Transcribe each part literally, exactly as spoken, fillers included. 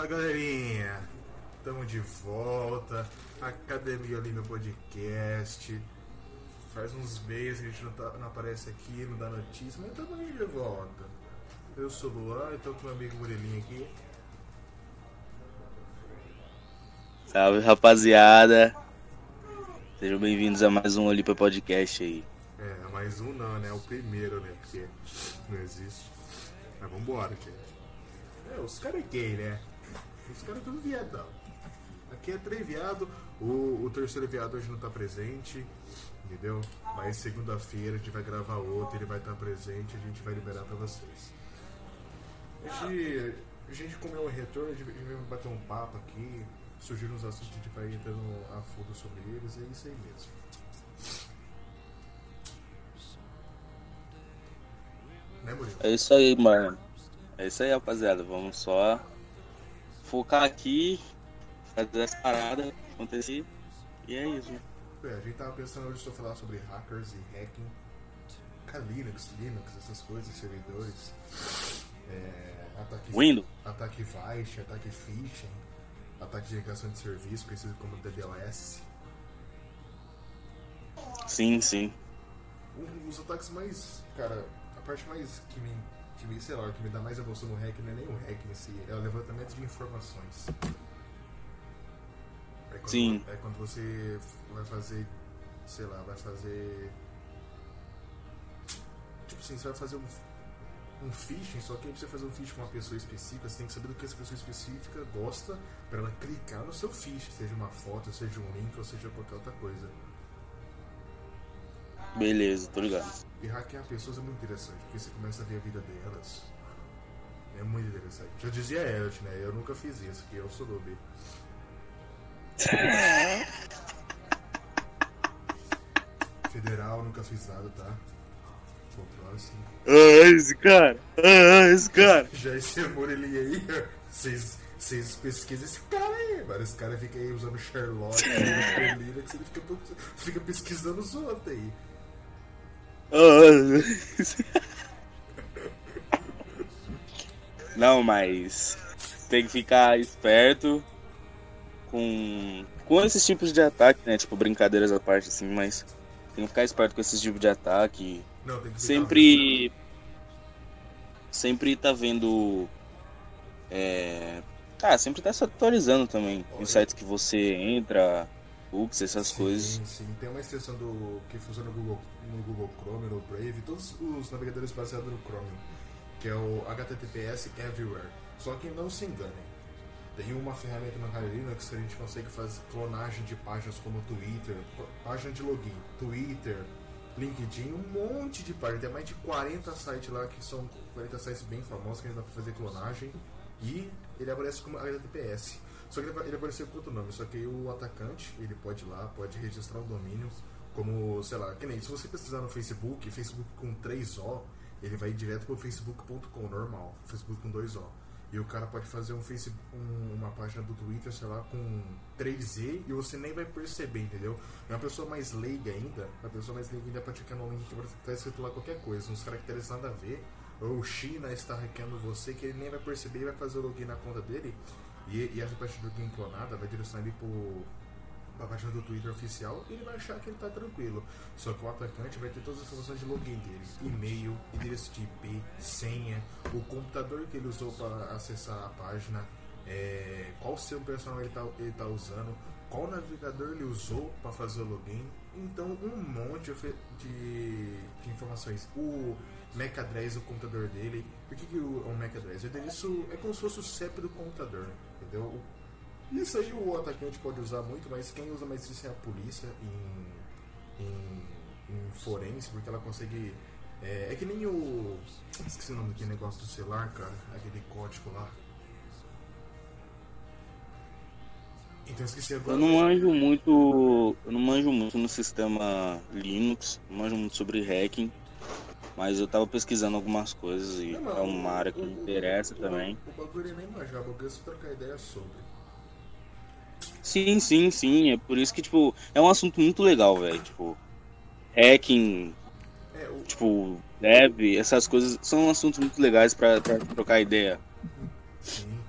Fala, galerinha, estamos de volta, Academia Olimpo Podcast. Faz uns meses que a gente não, tá, não aparece aqui, não dá notícia, mas estamos aí de volta. Eu sou o Luan, estou com meu amigo Murelinho aqui. Salve, rapaziada. Sejam bem-vindos a mais um Olimpo Podcast aí. É, mais um não, né? É o primeiro, né? Porque não existe. Mas vambora, gente. É, os caras é gay, né? Os caras tudo viadão. Aqui é três viado, o, o terceiro viado hoje não tá presente, entendeu? Mas segunda-feira a gente vai gravar outro, ele vai estar presente e a gente vai liberar pra vocês. A gente, a gente comeu um retorno, a gente vai bater um papo aqui, surgiram uns assuntos, a gente vai entrando a fundo sobre eles, é isso aí mesmo. Né, Murilo? É isso aí, mano. É isso aí, rapaziada. Vamos só focar aqui, fazer essa parada acontecer. E é isso. É, a gente tava pensando hoje só falar sobre hackers e hacking, Linux, Linux, essas coisas, servidores, é, ataque, Windows. ataque Vice, ataque phishing, ataque de ligação de serviço, conhecido como D DoS. Sim, sim. Um, os ataques mais, cara, a parte mais que me, que me, sei lá, que me dá mais emoção no hacking não é nem o hacking em si, é o levantamento de informações. É quando, Sim. É quando você vai fazer, sei lá, vai fazer... Tipo assim, você vai fazer um, um phishing, só que aí pra você fazer um phishing com uma pessoa específica, você tem que saber do que essa pessoa específica gosta pra ela clicar no seu phishing, seja uma foto, seja um link, ou seja qualquer outra coisa. Beleza, tô ligado. E hackear pessoas é muito interessante, porque você começa a ver a vida delas. É muito interessante. Já dizia Elliot, né? Eu nunca fiz isso, porque eu sou noob. Federal, nunca fiz nada, tá? Vou próximo. Ah, esse cara! Ah, esse cara! Já esse amor ele aí, vocês pesquisam esse cara aí, mano. Esse cara fica aí usando Sherlock, Linux, ele fica, fica pesquisando os outros aí. Ah, não, mas tem que ficar esperto com, com esses tipos de ataque, né? Tipo, brincadeiras à parte, assim, mas tem que ficar esperto com esses tipos de ataque. Não, tem que Sempre. Sempre tá vendo. É... Ah, sempre tá se atualizando também. Olha. Em sites que você entra, books, essas sim, coisas. Sim, sim. Tem uma extensão do, que funciona no Google, no Google Chrome, no Brave, todos os navegadores baseados no Chrome, que é o H T T P S Everywhere. Só que não se enganem. Tem uma ferramenta no Kali Linux que a gente consegue fazer clonagem de páginas como Twitter, página de login, Twitter, LinkedIn, um monte de páginas. Tem mais de quarenta sites lá que são quarenta sites bem famosos que a gente dá pra fazer clonagem. E ele aparece como H T T P S. Só que ele apareceu com outro nome. Só que o atacante, ele pode ir lá, pode registrar um domínio como, sei lá, que nem se você pesquisar no Facebook, Facebook com três O, ele vai direto pro facebook ponto com, normal, Facebook com dois O. E o cara pode fazer um Facebook, um, uma página do Twitter, sei lá, com três E e você nem vai perceber, entendeu? É uma pessoa mais leiga ainda, a pessoa mais leiga ainda pode clicar no link que tá escrito lá qualquer coisa, uns caracteres nada a ver, ou China está hackeando você, que ele nem vai perceber, ele vai fazer o login na conta dele, e, e essa página do login clonada vai direcionar ele pro, pra página do Twitter oficial, e ele vai achar que ele tá tranquilo. Só que o atacante vai ter todas as informações de login dele, e-mail, endereço de I P, senha, o computador que ele usou para acessar a página, é, qual seu personal ele tá, ele tá usando, qual navegador ele usou para fazer o login. Então um monte de, de, de informações. O M A C address, o computador dele. Por que, que o, o M A C address? O endereço é como se fosse o C E P do computador, entendeu? Isso aí o atacante pode usar muito, mas quem usa mais isso é a polícia em, em, em forense, porque ela consegue... É, é que nem o... Esqueci o nome daquele negócio do celular, cara. Aquele código lá. Então esqueci agora. Eu não manjo muito. Eu não manjo muito no sistema Linux, não manjo muito sobre hacking. Mas eu tava pesquisando algumas coisas e Não, é uma área que o, me interessa o, também. O, o bagulho é nem manjar, o bagulho é só trocar ideia sobre. Sim, sim, sim. É por isso que, tipo, é um assunto muito legal, velho. Tipo, hacking, É, o, tipo, dev, essas coisas são assuntos muito legais pra, pra trocar ideia. sim.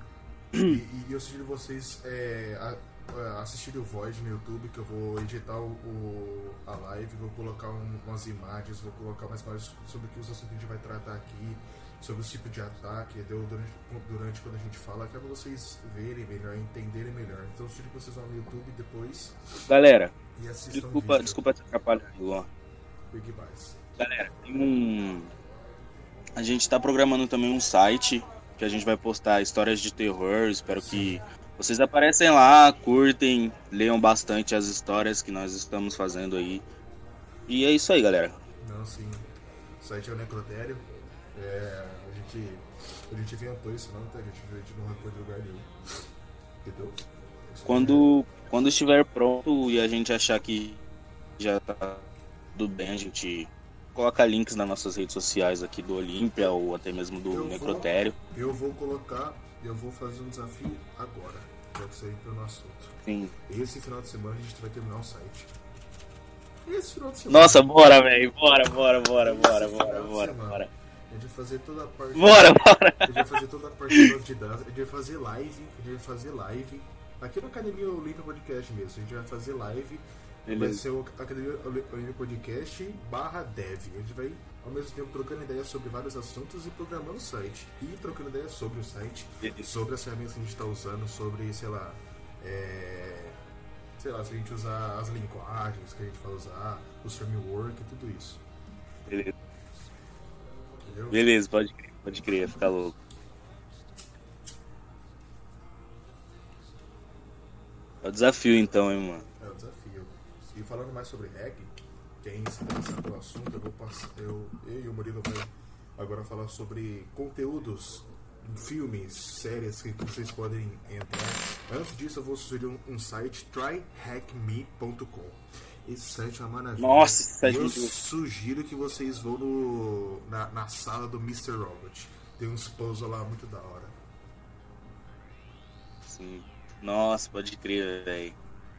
E, e eu sugiro vocês é, a, a assistirem o Void no YouTube, que eu vou editar o, o- a live, vou colocar um- umas imagens, vou colocar mais imagens sobre o que os assuntos que a gente vai tratar aqui, sobre os tipos de ataque, deu durante, durante quando a gente fala, que é pra vocês verem melhor, entenderem melhor. Então eu sugiro que vocês vão no YouTube depois Galera, e assistam o desculpa, vídeo. desculpa te atrapalhar, Luan. Big Buys. Galera, tem um. A gente tá programando também um site que a gente vai postar histórias de terror. Espero que vocês aparecem lá, curtem, leiam bastante as histórias que nós estamos fazendo aí. E é isso aí, galera. Não, sim. O site é o Necrotério. É, a gente, a gente inventou isso, não, tá? A gente, a gente não arrancou de lugar nenhum. Entendeu? Isso Quando, quando estiver pronto e a gente achar que já tá tudo bem, a gente coloca links nas nossas redes sociais aqui do Olímpia ou até mesmo Eu do vou- Necrotério. é- Eu vou colocar, eu vou fazer um desafio agora. Quero sair pelo assunto. Sim. Esse final de semana a gente vai terminar o site. Esse final de semana. Nossa, bora, velho. Bora, bora, bora, Esse bora, final bora, de bora, semana. bora. A gente vai fazer toda a parte. Bora, bora. A gente vai fazer toda a parte de novidades. A gente vai fazer live. A gente vai fazer live. Aqui no Academia Olímpia Podcast mesmo. A gente vai fazer live. Vai Beleza. ser o Academia Olímpia Podcast barra dev. A gente vai ao mesmo tempo trocando ideias sobre vários assuntos e programando o site. E trocando ideias sobre o site. Beleza. Sobre as ferramentas que a gente está usando. Sobre, sei lá. É... Sei lá, se a gente usar as linguagens que a gente vai usar. Os framework e tudo isso. Beleza. Entendeu? Beleza, pode crer, pode crer, fica louco. É o desafio então, hein, mano. É o desafio. E falando mais sobre hack, quem se interessar pelo assunto, eu vou passar. Eu, eu e o Murilo vai agora falar sobre conteúdos, filmes, séries que vocês podem entrar. Antes disso, eu vou sugerir um, um site, try hack me ponto com. Esse site é uma maravilha. Nossa, esse site é eu muito bom. sugiro que vocês vão no, na, na sala do mister Robot. Tem uns puzzles lá muito da hora. Sim. Nossa, pode crer, velho.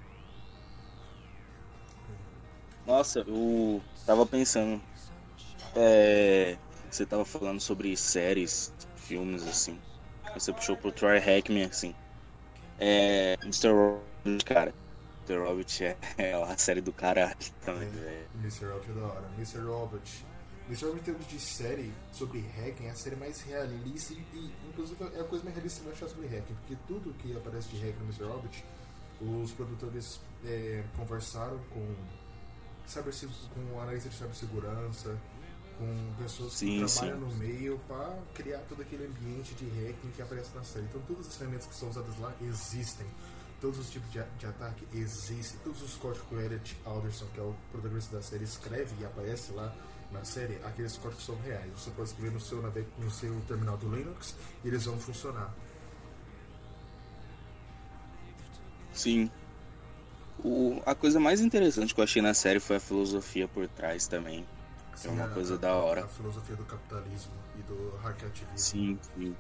Nossa, eu tava pensando. É. Você tava falando sobre séries, filmes, assim. Você puxou pro Try Hack Me, assim. É. mister Robot, cara. mister Robot é, é a série do caralho também, velho. mister Robot é da hora. mister Robot. mister Robot, em termos de série sobre hacking, é a série mais realista e, inclusive, é a coisa mais realista que eu achar sobre hacking, porque tudo que aparece de hack no mister Robot, os produtores é, conversaram com, cyber, com analista de cibersegurança, com pessoas que Sim, trabalham sim. no meio para criar todo aquele ambiente de hacking que aparece na série. Então, todas as ferramentas que são usadas lá existem. Todos os tipos de, de ataque existem. Todos os códigos que o Elliot Alderson, que é o protagonista da série, escreve e aparece lá na série, aqueles códigos são reais. Você pode escrever no seu, no seu terminal do Linux e eles vão funcionar. Sim. O, a coisa mais interessante que eu achei na série foi a filosofia por trás também. É uma a- coisa a, da hora. A filosofia do capitalismo e do hackativismo. Sim, sim.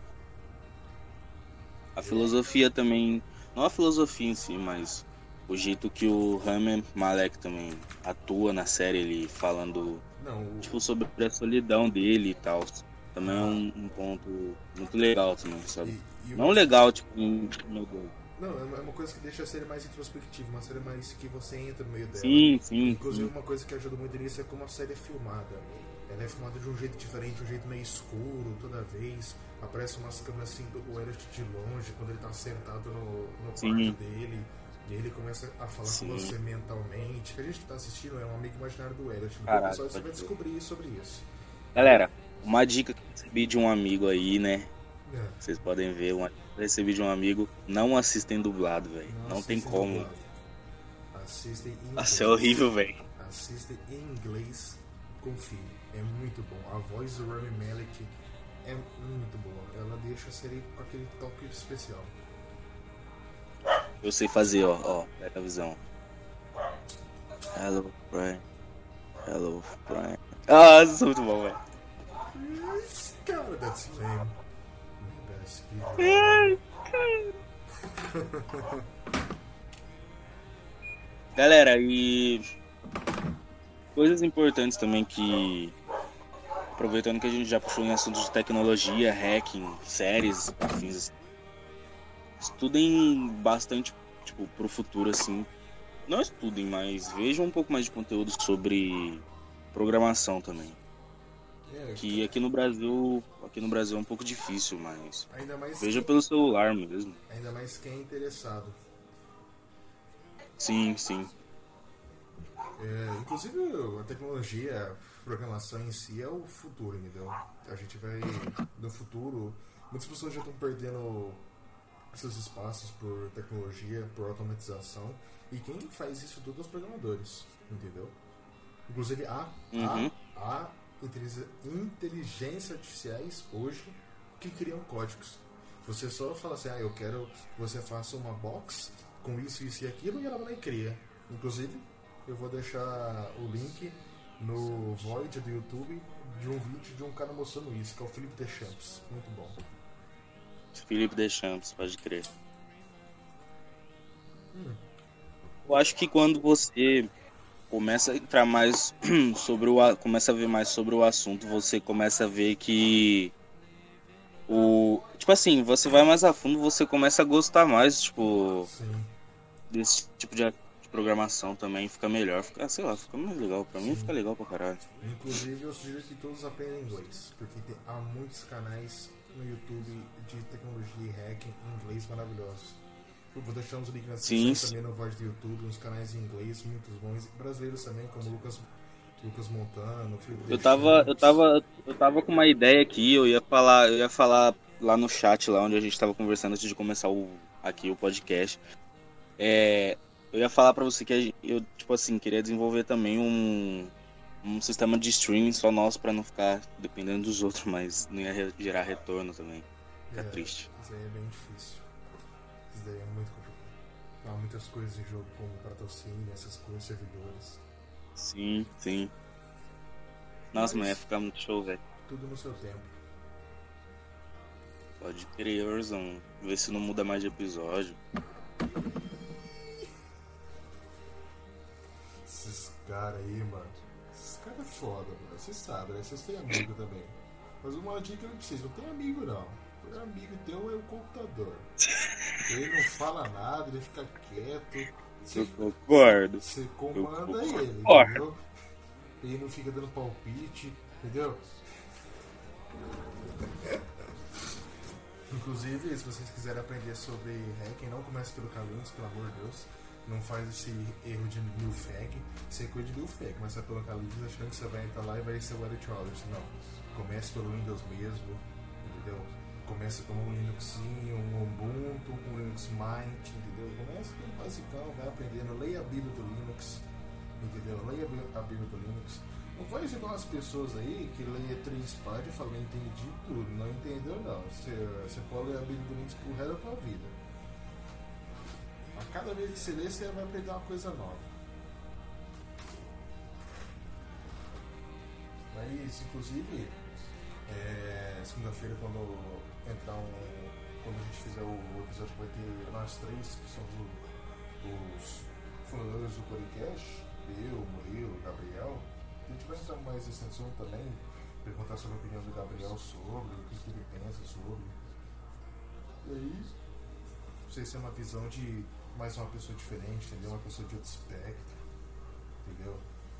A filosofia também, não a filosofia em si, mas o jeito que o Rami Malek também atua na série, ele falando Não, o, tipo sobre a solidão dele e tal. Também é um, um ponto muito legal também, sabe? e, e Não legal, tipo, um- meu Deus. Não, é uma- é uma coisa que deixa a série mais introspectiva, uma série mais que você entra no meio dela. Sim, sim, Inclusive, sim. uma coisa que ajuda muito nisso é como a série é filmada. Ela é filmada de um jeito diferente, um jeito meio escuro toda vez. Aparece umas câmeras assim do Elliot de longe, quando ele tá sentado no, no quarto Sim. dele. E ele começa a falar Sim. com você mentalmente. A gente que tá assistindo é um amigo imaginário do Elliot. No Caralho, episódio você pode vai crer. descobrir sobre isso. Galera, uma dica que eu recebi de um amigo aí, né? É. Vocês podem ver, uma dica que eu recebi de um amigo, não assistem dublado, velho. Não tem assistem como. dublado. Assistem em Nossa, é inglês. horrível, velho. Assistem em inglês, confie, é muito bom. A voz do Rami Malek é muito boa. Ela deixa a série com aquele toque especial. Eu sei fazer, ó, ó, pega a visão. Hello, Brian. Hello, Brian. Ah, isso é muito bom, velho. Yes, cara, that's lame. Best video. Galera, e coisas importantes também que, aproveitando que a gente já puxou em assuntos de tecnologia, hacking, séries, afins, estudem bastante, tipo, pro futuro, assim. Não estudem, mas vejam um pouco mais de conteúdo sobre programação também. É, Que aqui no Brasil, aqui no Brasil é um pouco difícil, mas ainda mais veja quem, pelo celular mesmo. ainda mais quem é interessado. Sim, sim. É, inclusive a tecnologia, a programação em si é o futuro, entendeu? A gente vai no futuro, muitas pessoas já estão perdendo seus espaços por tecnologia, por automatização, e quem faz isso tudo é os programadores, entendeu? Inclusive há, Uhum. há, há inteligências artificiais hoje que criam códigos. Você só fala assim, ah, eu quero que você faça uma box com isso, isso e aquilo, e ela vai lá e cria. Inclusive, eu vou deixar o link no Void do YouTube de um vídeo de um cara mostrando isso, que é o Felipe Deschamps. Muito bom. Felipe Deschamps, pode crer. Hum. Eu acho que quando você começa a entrar mais sobre o começa a ver mais sobre o assunto, você começa a ver que o tipo assim, você vai mais a fundo, você começa a gostar mais, tipo, Sim, desse tipo de, de programação também, fica melhor, fica, sei lá, fica mais legal, pra mim sim. fica legal pra caralho. Inclusive, eu sugiro que todos aprendam inglês, porque tem, há muitos canais no YouTube de tecnologia e hacking em inglês maravilhosos. Eu vou deixar uns links na descrição Sim, e sim. também no Voz do YouTube, uns canais em inglês muito bons, brasileiros também, como Lucas, Lucas Montano, Felipe Eu tava, eu Deschamps. tava, eu tava com uma ideia aqui, eu ia falar, eu ia falar lá no chat, lá onde a gente tava conversando antes de começar o, aqui o podcast. É, eu ia falar pra você que a gen- eu, tipo assim, queria desenvolver também um, um sistema de streaming só nosso pra não ficar dependendo dos outros, mas não ia re- gerar retorno também. Fica É, triste. isso aí é bem difícil. Isso daí é muito complicado. Há muitas coisas em jogo, como patrocínio, essas coisas, servidores. Sim, sim. Nossa, mas ia Mas, ficar muito show, velho. tudo no seu tempo. Pode crer, Warzone. Ver se não muda mais de episódio. Esses caras aí, mano. Esses caras é foda, mano. Vocês sabem, né? Vocês têm amigo também. Mas uma dica pra vocês, não tem amigo não. O amigo teu é o computador. Ele não fala nada, ele fica quieto. Eu Você, concordo. você Eu comanda ele, concordo. entendeu? Ele não fica dando palpite, entendeu? Inclusive, se vocês quiserem aprender sobre hacking, não comece pelo Calinhos, pelo amor de Deus. Não faz esse erro de milfag. Você cuida de milfag, mas é pelo Calinhos achando que você vai entrar lá e vai ser o Edit Rollers. Não. Comece pelo Windows mesmo, entendeu? Comece com um Linuxinho, um Ubuntu, um Linux Mint, entendeu? Comece pelo basicão, vai aprendendo. Leia a Bíblia do Linux, entendeu? Leia a Bíblia do Linux. Não faz igual as pessoas aí que leia três páginas e falam, entendi tudo. Não entendeu, não. Você, você pode ler a Bíblia do Linux pro resto da tua vida. A cada vez que você lê, você vai aprender uma coisa nova. Mas, inclusive, é, segunda-feira, quando entrar um. Quando a gente fizer o episódio que vai ter nós três, que somos o, os fundadores do podcast, eu, Murilo, Gabriel, a gente vai entrar mais nesse assunto também, perguntar sobre a opinião do Gabriel sobre, o que ele pensa sobre. E aí, vocês têm uma visão de mais uma pessoa diferente, entendeu? Uma pessoa de outro espectro, entendeu?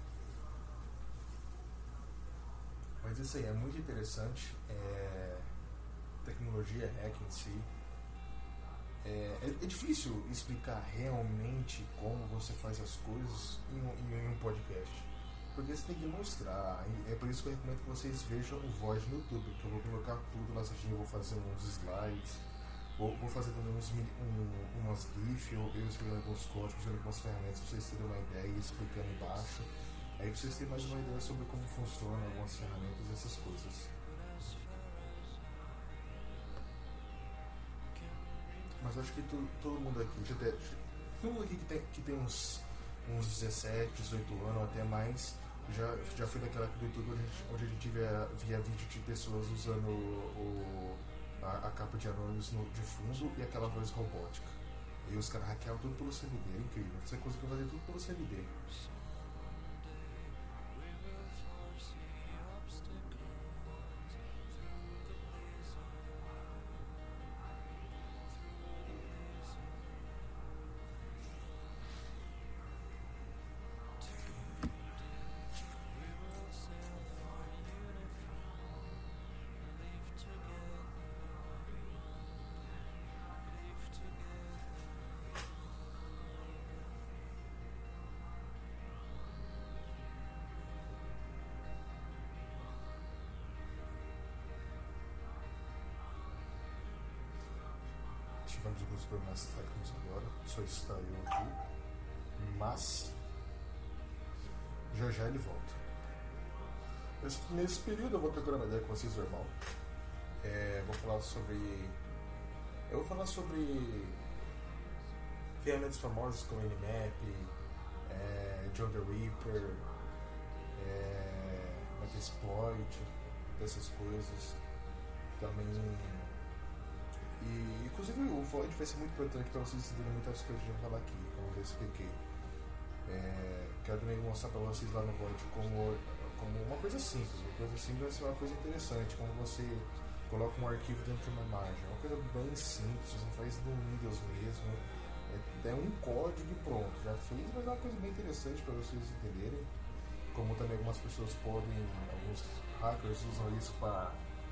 Mas isso aí é muito interessante. É... Tecnologia, hack em si. É... É, é difícil explicar realmente como você faz as coisas em um, em um podcast. Porque você tem que mostrar. É por isso que eu recomendo que vocês vejam o Void no YouTube, que eu vou colocar tudo lá certinho, eu vou fazer uns slides. Vou, vou fazer também uns, um, umas GIF, eu, eu escrevendo alguns códigos, usando algumas ferramentas para vocês terem uma ideia e explicando embaixo. Aí pra vocês terem mais uma ideia sobre como funcionam algumas ferramentas e essas coisas. Mas acho que tu, todo mundo aqui, já deve, todo mundo aqui que tem, que tem uns, uns dezessete, dezoito anos ou até mais, já, já foi daquela época do YouTube onde a gente, onde a gente via, via vídeo de pessoas usando o, a, a capa de Anonymous no, de fundo e aquela voz robótica. E os caras hackeavam tudo pelo C V D, é incrível. Você conseguiu fazer tudo pelo C V D. tivemos alguns problemas técnicos agora, só está eu aqui, mas já já ele volta. Nesse, nesse período eu vou trocar uma ideia com vocês normal. É, vou falar sobre. Eu vou falar sobre ferramentas famosas como Nmap, é, John the Reaper, é, Metasploit, dessas coisas. Também. E inclusive o Void vai ser muito importante para vocês entenderem muitas coisas que eu vou falar aqui, como eu expliquei. É, quero também mostrar para vocês lá no Void como, como uma coisa simples. Uma coisa simples vai ser uma coisa interessante, como você coloca um arquivo dentro de uma imagem. É uma coisa bem simples, você faz no Windows mesmo. É, é um código e pronto, já fez, mas é uma coisa bem interessante para vocês entenderem. Como também algumas pessoas podem, alguns hackers usam isso para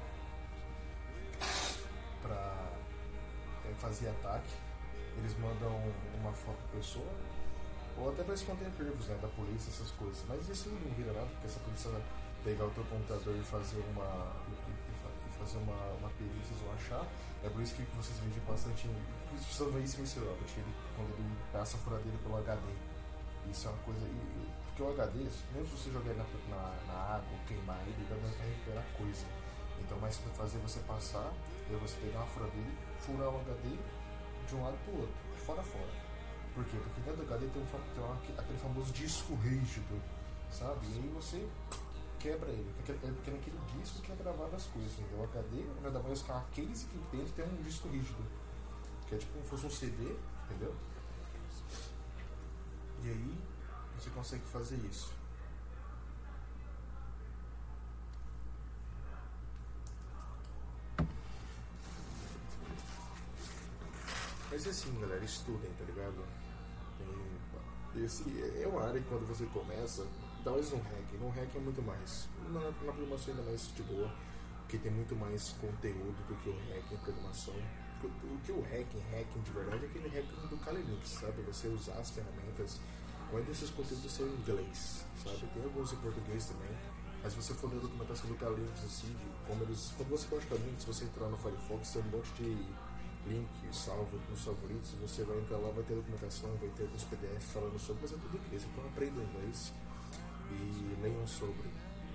para é, fazer ataque. Eles mandam uma foto da pessoa, ou até para esconder erros, né, da polícia, essas coisas. Mas isso não vira nada, porque essa polícia vai pegar o teu computador e fazer uma e fazer uma, uma perícia ou achar. É por isso que vocês veem bastante. Por isso precisam ver isso em Robert, ele, quando ele passa a furadeira pelo H D. Isso é uma coisa. E, e, porque o H D, mesmo se você jogar ele na, na, na água ou queimar ele, ele vai recuperar coisa. Então, mais para fazer você passar, é você pegar uma furadeira e furar o H D de um lado para o outro, de fora a fora. Por quê? Porque dentro do H D tem, um, tem uma, aquele famoso disco rígido, sabe? E aí você quebra ele, porque é porque naquele disco que é gravado as coisas. Então o H D nada mais que uma case que dentro tem um disco rígido, que é tipo como se fosse um C D, entendeu? E aí você consegue fazer isso. Mas assim, galera, estudem, tá ligado? Tem, esse é uma área que quando você começa, talvez um hack, um hack é muito mais. Na, na programação ainda mais de boa, porque tem muito mais conteúdo do que o hack em programação. O que o hacking, hacking de verdade é aquele hacking do Kali Linux, sabe? Você usar as ferramentas, onde esses conteúdos são em inglês, sabe? Tem alguns em português também, mas se você for ler a documentação do Kali Linux, assim, de como eles. Quando você baixa o Kali Linux, se você entrar no Firefox, tem um monte de link salvo nos favoritos, você vai entrar lá, vai ter documentação, vai ter alguns P D F falando sobre, mas é tudo inglês, então aprendam inglês e leiam sobre.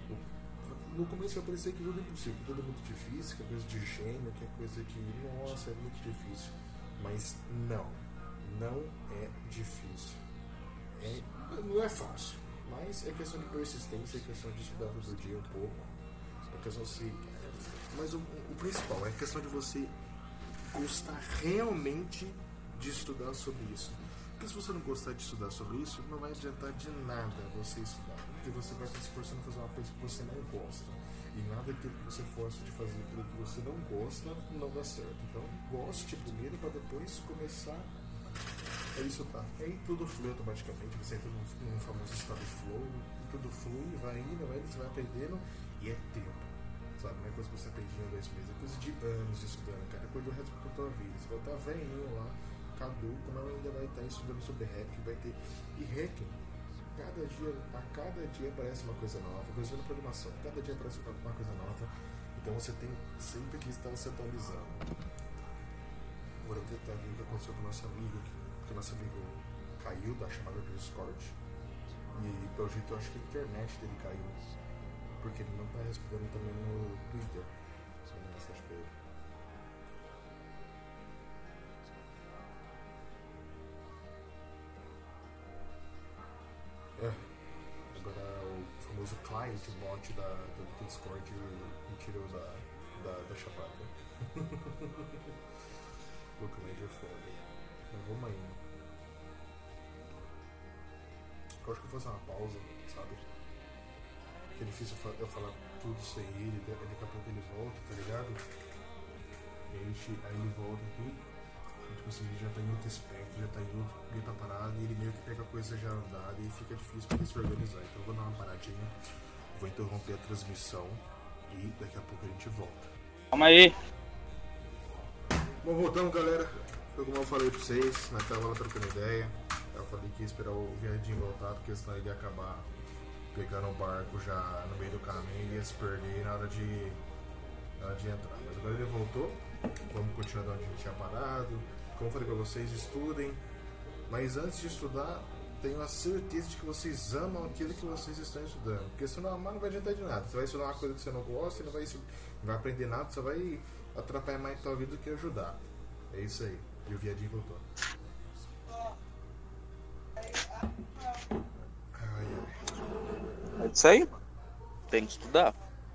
No começo vai parecer que tudo é impossível, que tudo é muito difícil, que é coisa de gênio, que é coisa que, nossa, é muito difícil. Mas não, não é difícil. É, não é fácil, mas é questão de persistência, é questão de estudar todo dia um pouco, é questão de se... Mas o, o principal é a questão de você gostar realmente de estudar sobre isso. Porque se você não gostar de estudar sobre isso, não vai adiantar de nada você estudar. Porque você vai estar se esforçando a fazer uma coisa que você não gosta. E nada daquilo que você força de fazer aquilo que você não gosta, não dá certo. Então, goste primeiro para depois começar a estudar. E aí tudo flui automaticamente. Você entra num, num famoso estado flow, e tudo flui, vai indo, vai indo, você vai aprendendo, e é tempo. Sabe? Não é coisa que você aprende em dois meses, é coisa de anos estudando, cara. É coisa do resto da tua vida. Você vai estar velhinho lá, caduco, mas ainda vai estar estudando sobre hacking, vai ter. E hacking, cada dia, a cada dia aparece uma coisa nova, coisa na programação, cada dia aparece uma coisa nova. Então você tem sempre que estar se atualizando. Agora eu vou tentar ver o que aconteceu com o nosso amigo, que o nosso amigo caiu da chamada do Discord. E pelo jeito eu acho que a internet dele caiu. Porque ele não está respondendo também no Twitter. Só uma mensagem pra ele. É. Agora o famoso client, o bot da, do, do Discord me tirou da, da, da chapada. O client é foda. Mas vamos aí. Eu acho que eu vou fazer uma pausa, sabe? É difícil eu falar tudo sem ele, daqui a pouco ele volta, tá ligado? E aí, aí ele volta aqui, e, tipo assim, ele já tá em outro espectro, já tá em outro, ele tá parado, e ele meio que pega a coisa já andada e fica difícil pra ele se organizar. Então eu vou dar uma paradinha, vou interromper a transmissão e daqui a pouco a gente volta. Calma aí! Bom, voltamos, galera. Foi como eu falei pra vocês, na tela trocando ideia. Eu falei que ia esperar o viadinho voltar, porque senão ele ia acabar pegando o barco já no meio do caminho e ia se perder na hora de, na hora de entrar. Mas agora ele voltou, vamos continuar de onde a gente tinha parado. como eu falei pra vocês, estudem. Mas antes de estudar, tenho a certeza de que vocês amam aquilo que vocês estão estudando. Porque se não amar, não vai adiantar de nada. Você vai estudar uma coisa que você não gosta e não vai, não vai aprender nada, só vai atrapalhar mais a tua vida do que ajudar. É isso aí. E o viadinho voltou. Ai, ai. É isso aí. Tem que estudar.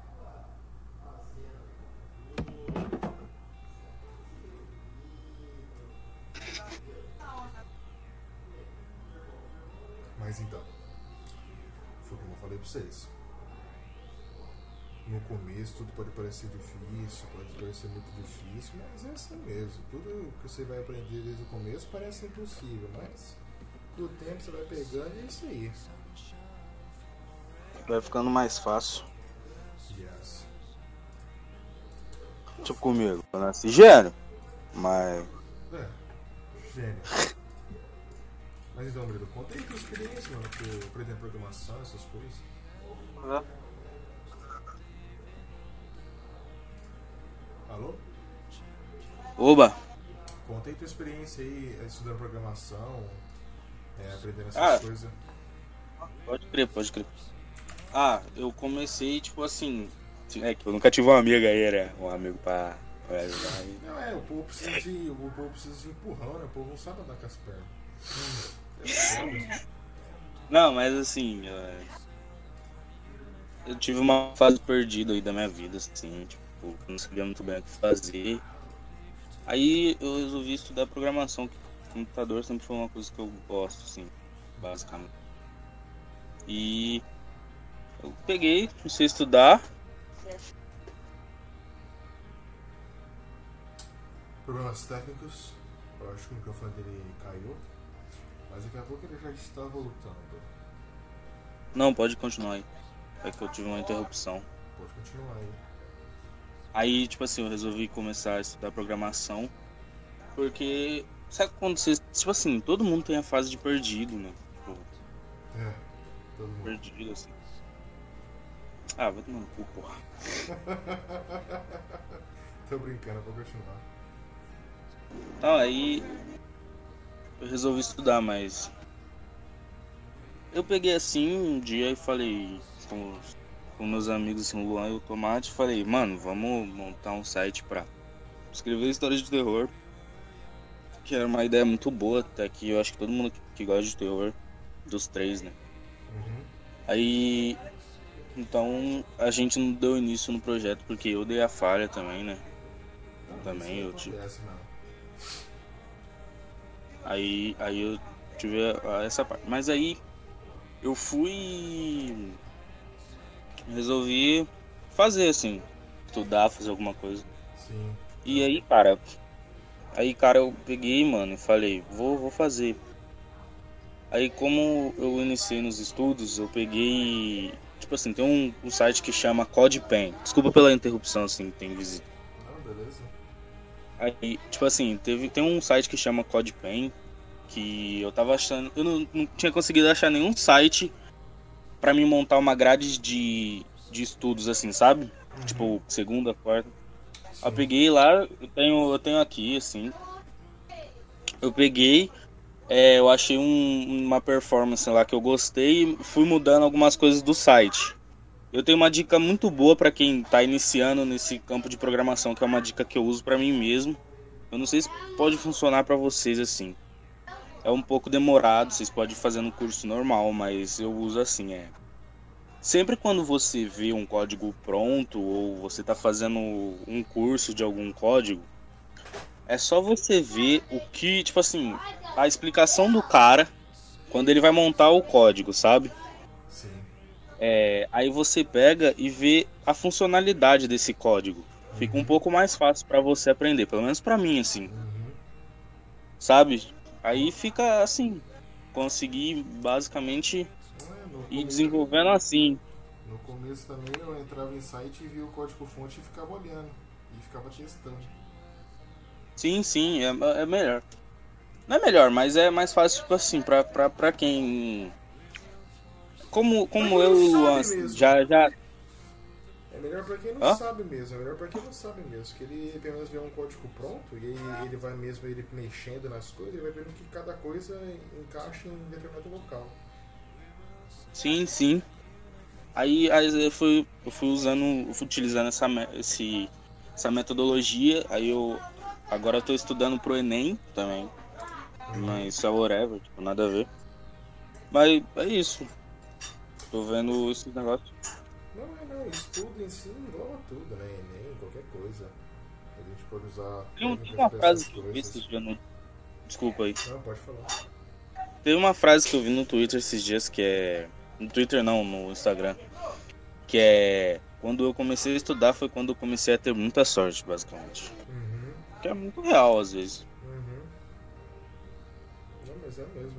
Mas então, foi como eu falei pra vocês. No começo tudo pode parecer difícil, pode parecer muito difícil, mas é assim mesmo. Tudo que você vai aprender desde o começo parece impossível, mas com o tempo você vai pegando e é isso aí. Vai ficando mais fácil. Yes. Tipo comigo, eu nasci gênio. Mas. É, gênio. Mas então, Murilo, conta aí tua experiência, mano, que aprendendo programação, essas coisas. É. Alô? Oba! Conta aí tua experiência aí, estudando programação, é, aprendendo essas Ah. coisas. Pode crer, pode crer. Ah, eu comecei, tipo assim. É que eu nunca tive uma amiga aí, era um amigo pra, pra ajudar aí. Não, é, o povo precisa de, o povo precisa de empurrão, né? O povo não sabe andar com as pernas. Hum, é foda. Não, mas assim. é, Eu tive uma fase perdida aí da minha vida, assim, tipo, eu não sabia muito bem o que fazer. Aí eu resolvi estudar programação, que computador sempre foi uma coisa que eu gosto, assim, basicamente. E eu peguei, comecei a estudar. Problemas técnicos. Eu acho que o microfone dele caiu. Mas daqui a pouco ele já está voltando. Não, pode continuar aí. É que eu tive uma interrupção. Pode continuar aí. Aí, tipo assim, eu resolvi começar a estudar programação. Porque, sabe quando você. Tipo assim, todo mundo tem a fase de perdido, né? Tipo, É, todo mundo. perdido, assim. Ah, vai tomar no cu, porra. Tô brincando, vou continuar. Então, aí eu resolvi estudar, mas eu peguei assim um dia e falei com, com meus amigos, assim, o Luan e o Tomate, falei, mano, vamos montar um site pra escrever histórias de terror, que era uma ideia muito boa, até que eu acho que todo mundo que gosta de terror, dos três, né? Uhum. Aí, então, a gente não deu início no projeto, porque eu dei a falha também, né? Não, Também isso eu não tive. acontece, não. Aí, aí eu tive a- a- essa parte. Mas aí eu fui. Resolvi fazer assim, estudar, fazer alguma coisa. Sim. E aí, cara. Aí, cara, eu peguei, mano, e falei, vou, vou fazer. Aí, como eu iniciei nos estudos, eu peguei. Tipo assim, tem um, um site que chama CodePen. Desculpa pela interrupção, assim, tem visita. Não, beleza. Aí, tipo assim, teve, tem um site que chama CodePen, que eu tava achando... Eu não, não tinha conseguido achar nenhum site pra me montar uma grade de, de estudos, assim, sabe? Uhum. Tipo, segunda, quarta. Sim. Eu peguei lá, eu tenho, eu tenho aqui, assim. Eu peguei, é, eu achei um, uma performance lá que eu gostei e fui mudando algumas coisas do site. Eu tenho uma dica muito boa pra quem tá iniciando nesse campo de programação, que é uma dica que eu uso pra mim mesmo. Eu não sei se pode funcionar pra vocês assim. É um pouco demorado, vocês podem fazer no curso normal, mas eu uso assim, é. Sempre quando você vê um código pronto ou você tá fazendo um curso de algum código, é só você ver o que, tipo assim, a explicação do cara quando ele vai montar o código, sabe? Sim. É, aí você pega e vê a funcionalidade desse código. Fica um pouco mais fácil pra você aprender, pelo menos pra mim, assim, Uhum. sabe? Aí fica assim, conseguir basicamente É, no ir começo- desenvolvendo assim. No começo também eu entrava em site e via o código-fonte e ficava olhando. E ficava testando. Sim, sim, é, é melhor. Não é melhor, mas é mais fácil, tipo assim, pra, pra, pra quem... Como, como Pra quem eu e o sabe Luan, assim, mesmo. já, já... É melhor pra quem não Hã? sabe mesmo, é melhor pra quem não sabe mesmo, que ele pelo menos vê um código pronto e aí ele vai mesmo ele mexendo nas coisas e vai vendo que cada coisa encaixa em determinado local. Sim, sim. Aí, aí eu, fui, eu fui usando, eu fui utilizando essa, me- esse, essa metodologia, aí eu agora eu tô estudando pro Enem também. Mas isso é whatever, tipo, nada a ver. Mas é isso. Tô vendo esses negócios. Não, é não, estudo em si engloba tudo, né? Enem, qualquer coisa. A gente pode usar Tem, um- tem técnicas uma pra frase essas que eu vi esses coisas. dias no. Desculpa aí. Não, pode falar. Tem uma frase que eu vi no Twitter esses dias que é. No Twitter não, no Instagram. Que é. Quando eu comecei a estudar foi quando eu comecei a ter muita sorte, basicamente. Uhum, Que é muito real às vezes. uhum. Não, mas é mesmo.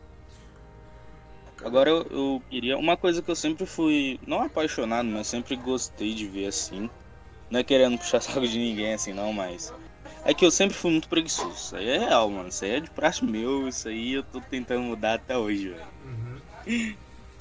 Agora eu, eu queria. Uma coisa que eu sempre fui. Não apaixonado, mas sempre gostei de ver assim. Não é querendo puxar saco de ninguém assim, não, mas. É que eu sempre fui muito preguiçoso. Isso aí é real, mano. Isso aí é de praxe meu. Isso aí eu tô tentando mudar até hoje, velho. Uhum.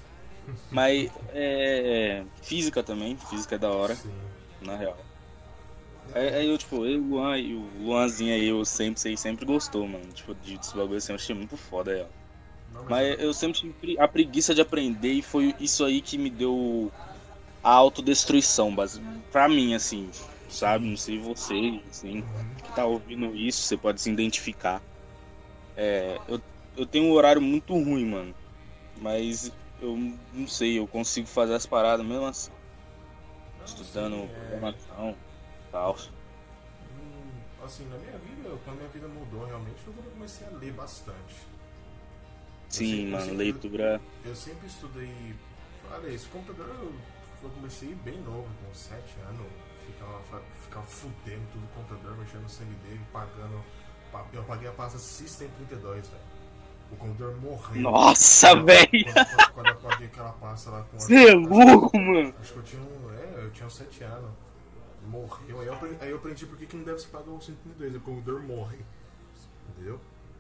Mas é. Física também. Física é da hora, Sim. na real. Aí, aí eu, tipo, eu, o Luan e o Luanzinho aí, eu sempre, sei, sempre gostou, mano. Tipo, de, desse bagulho assim, eu achei muito foda, real. Não, Mas é- eu sempre tive pre- a preguiça de aprender e foi isso aí que me deu a autodestruição, base- pra mim, assim, sabe? Não sei você, assim, Uhum. que tá ouvindo isso, você pode se identificar. É, eu, eu tenho um horário muito ruim, mano, mas eu não sei, eu consigo fazer as paradas mesmo assim, Não, estudando sim, é... programação e tal. Hum, assim, na minha vida, quando minha vida mudou realmente, foi quando eu comecei a ler bastante. Eu Sim, sempre- eu mano, sempre- leitura. Eu sempre estudei. Olha, esse computador eu, eu comecei bem novo, com sete anos. Ficava, ficava fudendo tudo o computador, mexendo no sangue dele, pagando. pa- Eu paguei a pasta System trinta e dois, velho. O computador morreu. Nossa, Quando- velho! Quando, quando, quando eu paguei aquela pasta lá com. Você é louco, mano! Acho que eu tinha um. É, eu tinha uns sete anos. Morreu. Aí eu aprendi, aí eu aprendi por que que não deve se pagar o cento e trinta e dois, o computador morre. Entendeu?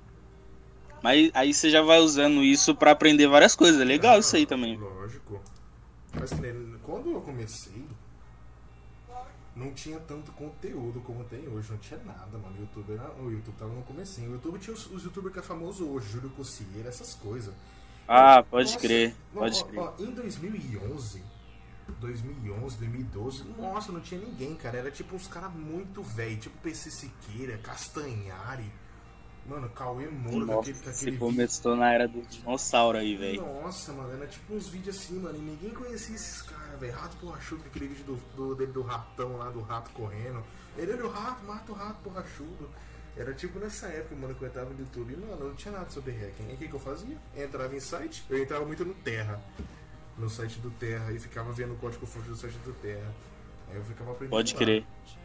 Mas aí você já vai usando isso pra aprender várias coisas, é legal isso aí também. Lógico. Mas que nem, quando eu comecei, não tinha tanto conteúdo como tem hoje. Não tinha nada, mano. O YouTube, era, o YouTube tava no comecinho. O YouTube tinha os, os youtubers que é famoso hoje, Júlio Cossieira, essas coisas. Ah, pode Nossa, crer, não, pode ó, crer. ó, em dois mil e onze, dois mil e onze, dois mil e doze, nossa, não tinha ninguém, cara. Era tipo uns caras muito velho, tipo P C Siqueira, Castanhari. Mano, Cauê Moura, com Nossa, aquele, com você aquele vídeo. começou na era do dinossauro aí, velho. Nossa, mano, era tipo uns vídeos assim, mano, e ninguém conhecia esses caras, velho. Rato borrachudo, aquele vídeo do, do, dele do ratão lá, do rato correndo. Ele era o rato, mata o rato borrachudo. Era tipo nessa época, mano, que eu entrava no YouTube, mano, não tinha nada sobre hacking. Aí o que, que eu fazia? Entrava em site, eu entrava muito no Terra. No site do Terra, e ficava vendo o código fonte do site do Terra. Aí eu ficava aprendendo. Pode lá. crer.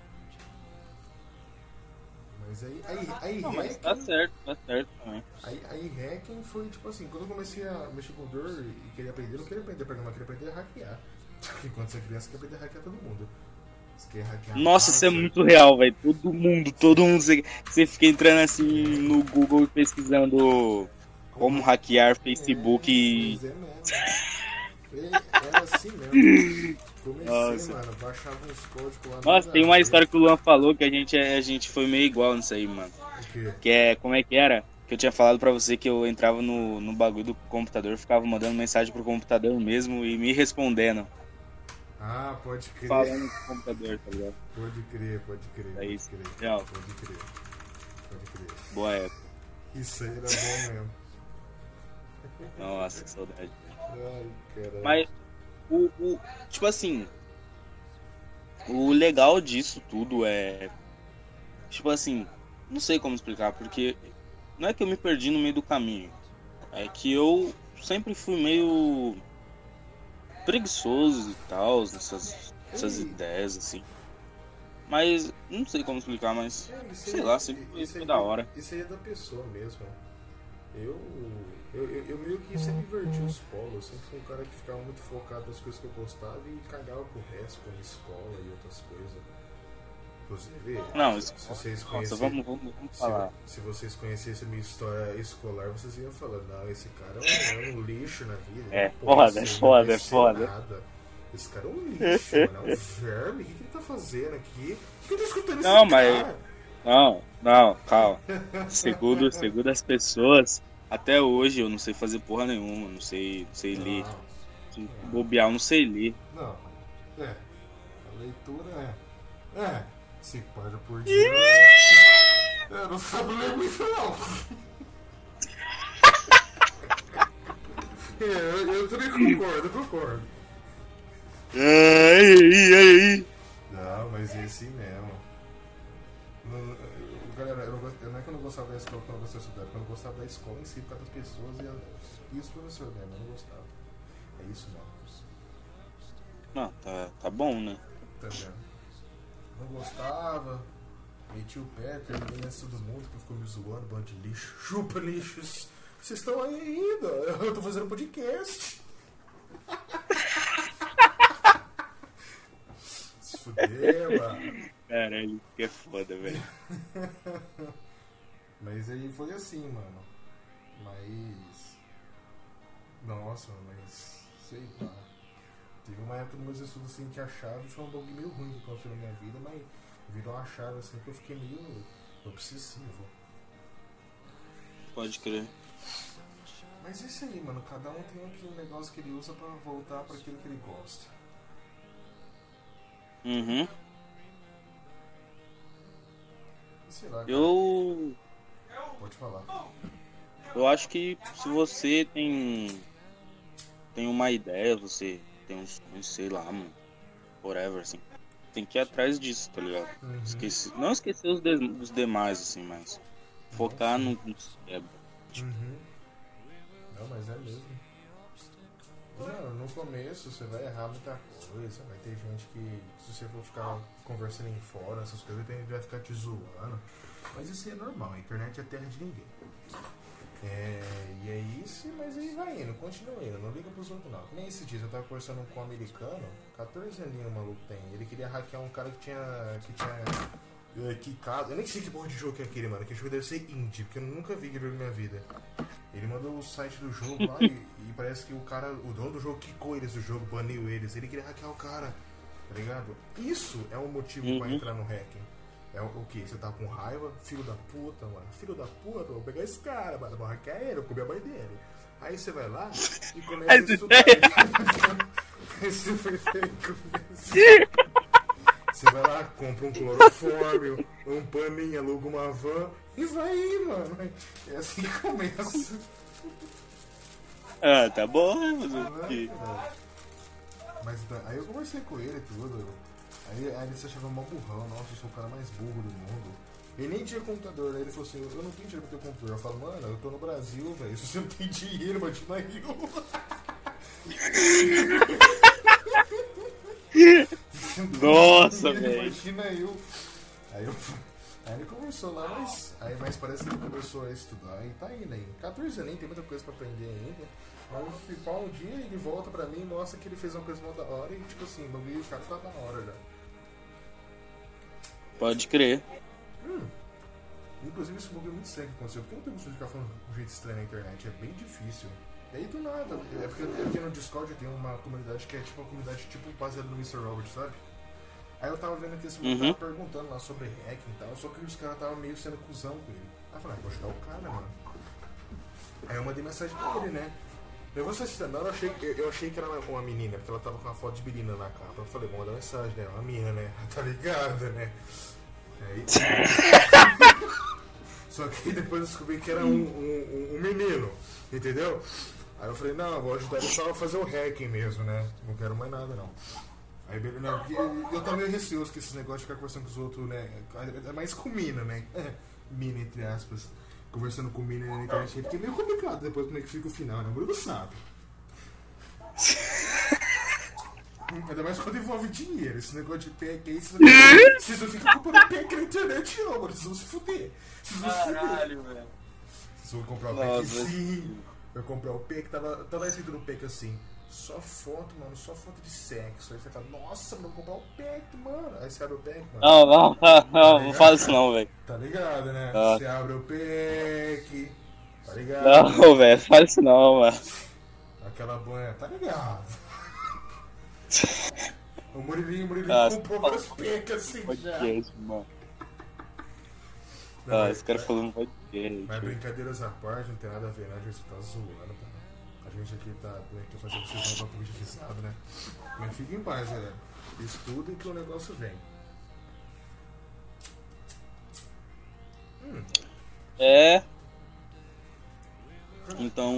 Mas aí, aí, aí Não, mas hacking. tá certo, tá certo também. Aí, aí hacking foi tipo assim, quando eu comecei a mexer com o computador e queria aprender, eu não queria aprender a programar, eu queria aprender a hackear. Porque quando você é criança, você quer aprender a hackear todo mundo. Você quer hackear Nossa, massa. isso é muito real, velho. Todo mundo, todo mundo. Você, você fica entrando assim no Google e pesquisando como hackear Facebook e. Pois é mesmo. E era assim mesmo. Comecei, Nossa. mano, baixava uns códigos lá. Nossa, nada tem a uma ver. história que o Luan falou que a gente, é- a gente foi meio igual nisso aí, mano. O quê? Que é, como é que era? Que eu tinha falado pra você que eu entrava no, no bagulho do computador, ficava mandando mensagem pro computador mesmo e me respondendo. Ah, pode crer. Falando com o computador, tá ligado? Pode crer, pode crer. É pode isso. crer. Real. Pode crer. Pode crer. Boa época. Isso aí era bom mesmo. Nossa, que saudade. Ai, caralho. Mas, o, o, tipo assim, o legal disso tudo é, tipo assim, não sei como explicar, porque não é que eu me perdi no meio do caminho, é que eu sempre fui meio preguiçoso e tal, nessas, nessas Ei. ideias, assim. Mas, não sei como explicar, mas, É, isso sei aí- lá, sempre foi, isso foi aí- da hora. Isso aí é da pessoa mesmo. Eu, eu, eu, eu meio que sempre inverti os polos. Eu sempre fui um cara que ficava muito focado nas coisas que eu gostava e cagava pro resto, como escola e outras coisas. Inclusive, Não, se, isso, se vocês nossa, conhecem, vamos, vamos, vamos falar. se, se vocês conhecessem a minha história escolar, vocês iam falar, não, esse cara é um, é um lixo na vida. É não pode foda, ser, é não foda, vai é ser foda. nada. Esse cara é um lixo, mano. É um verme. O que, que ele tá fazendo aqui? Por que eu tô escutando esse Não, mas. cara? Não, não, calma. Segundo, segundo as pessoas, até hoje eu não sei fazer porra nenhuma, não sei, não sei ler. Se bobear, eu não sei ler. Não, é. A leitura é. É. Cinco páginas por dia. Eu não sabe ler muito, não. É, eu, eu também concordo, eu concordo. Ai, ai, ai. Não, mas é assim mesmo. Não, eu- galera, eu não, gost- não é que eu não gostava da escola, que eu não gostava de estudar, é que eu não gostava da escola em si, por causa das pessoas e, a- e os professores mesmo, eu não gostava. É isso não. Não, tá, tá bom, né? Tá vendo? Não gostava, meti o pé, terminei antes de todo mundo, que ficou me zoando, bando de lixo. Chupa lixos! Vocês estão aí ainda? Eu tô fazendo podcast. Se fuder, mano. Caralho, que é foda, velho. Mas aí foi assim, mano. Mas. Nossa, mas. Sei lá. Teve uma época nos meus estudos assim que a chave foi um bagulho meio ruim que aconteceu na minha vida, mas virou uma chave assim que eu fiquei meio obsessivo. Pode crer. Mas é isso aí, mano. Cada um tem aquele negócio que ele usa pra voltar pra aquilo que ele gosta. Uhum. E sei lá, cara. Eu. Pode falar. Eu acho que se você tem. Tem uma ideia, você tem uns. uns sei lá, mano. Whatever, assim. Tem que ir atrás disso, tá ligado? Uhum. Esqueci, não esquecer os, de, os demais, assim, mas. Focar no. no é, Uhum. Não, mas é mesmo. Mano, no começo você vai errar muita coisa, vai ter gente que, se você for ficar conversando em fora, essas coisas, tem gente que vai ficar te zoando. Mas isso aí é normal, a internet é terra de ninguém. É, e é isso, mas aí vai indo, continua indo, não liga pros outros não. Que nem esses dias eu tava conversando com um americano, catorze aninhos o maluco tem, ele queria hackear um cara que tinha. que tinha. É, quicado. Eu nem sei que porra de jogo que é aquele, mano. Que jogo deve ser indie, porque eu nunca vi aquele jogo na minha vida. Ele mandou o site do jogo lá e, e parece que o cara, o dono do jogo quicou eles do jogo, baniu eles. Ele queria hackear o cara, tá ligado? Isso é um motivo Uhum. pra entrar no hacking. É o, o que? Você tá com raiva? Filho da puta, mano. Filho da puta, vou pegar esse cara, mano. Vou hackear ele, vou comer a mãe dele. Aí você vai lá e começa a estudar. Aí você vai começa... Você vai lá, compra um clorofórmio, um paninho, aluga uma van e vai aí, mano. É assim que começa. Ah, tá bom, né, mas Não o é, quê? cara? Mas então, aí eu conversei com ele e tudo. Aí, aí ele se achava mó burrão, nossa, eu sou o cara mais burro do mundo. Ele nem tinha computador, aí ele falou assim, eu não tenho dinheiro pra ter computador. Eu falo, mano, eu tô no Brasil, velho. Se você não tem dinheiro, imagina eu. Nossa, velho. Imagina eu. Aí, eu. Aí ele conversou lá, mas. Aí, mas parece que ele começou a estudar e tá indo aí. catorze anos, tem muita coisa pra aprender ainda. Mas tipo, um dia ele volta pra mim e mostra que ele fez uma coisa mó da hora e tipo assim, o bagulho cara tá da hora já. Pode crer. Hum. Inclusive esse bagulho é muito sério que aconteceu, porque eu não tenho costume de ficar falando de um jeito estranho na internet, é bem difícil. E aí do nada, é porque, é porque no Discord tem uma comunidade que é tipo uma comunidade tipo baseada no mister Robert, sabe? Aí eu tava vendo que esse mundo Uhum. tava perguntando lá sobre hacking e tal, só que os caras estavam meio sendo cuzão com ele. Aí eu falei, ah, vou ajudar o cara, mano. Aí eu mandei mensagem pra ele, né? Eu vou ser sincero, na hora eu achei, eu, eu achei que era uma, uma menina, porque ela tava com uma foto de menina na capa. Eu falei, vou mandar mensagem, né? Uma mina, né? Tá ligado, né? Aí... Só que depois eu descobri que era um, um, um menino, entendeu? Aí eu falei, não, eu vou ajudar ele só a fazer o hacking mesmo, né? Não quero mais nada, não. Aí, beleza, não, porque eu, eu tô meio receoso com esses negócios de ficar conversando com os outros, né? É mais com mina, né? Mina, entre aspas. Conversando com mina na internet, porque é meio complicado depois como é que fica o final, né? O Bruno sabe. Ainda mais quando envolve dinheiro. Esse negócio de pack aí, vocês não, vocês não ficam comprando pack na internet, não, mano. Vocês vão se fuder. Vocês vão se fuder. Caralho, velho. Vocês vão comprar o pack Nossa, sim. Vai comprar o pack, tava, tava escrito no pack assim. Só foto, mano, só foto de sexo. Aí você fala, nossa, mano, vou comprar o pack, mano. Aí você abre o pack, mano. Não, não, não, não, não fala isso não, velho. Tá ligado, né? Ah. Você abre o pack. Tá ligado? Não, velho, fala isso não, mano. Aquela banha, tá ligado? O Murilinho, o Murilinho Ah, comprou várias pecas assim já. podcast, mano. Não, Ah, mas- esse cara falando podcast. Mas brincadeiras à parte, não tem nada a ver, né? A gente tá zoando, tá? A gente aqui tá aqui fazendo vocês não politizado, né? Mas fique em paz, galera. Estudem que o negócio vem. Hum, É. Então,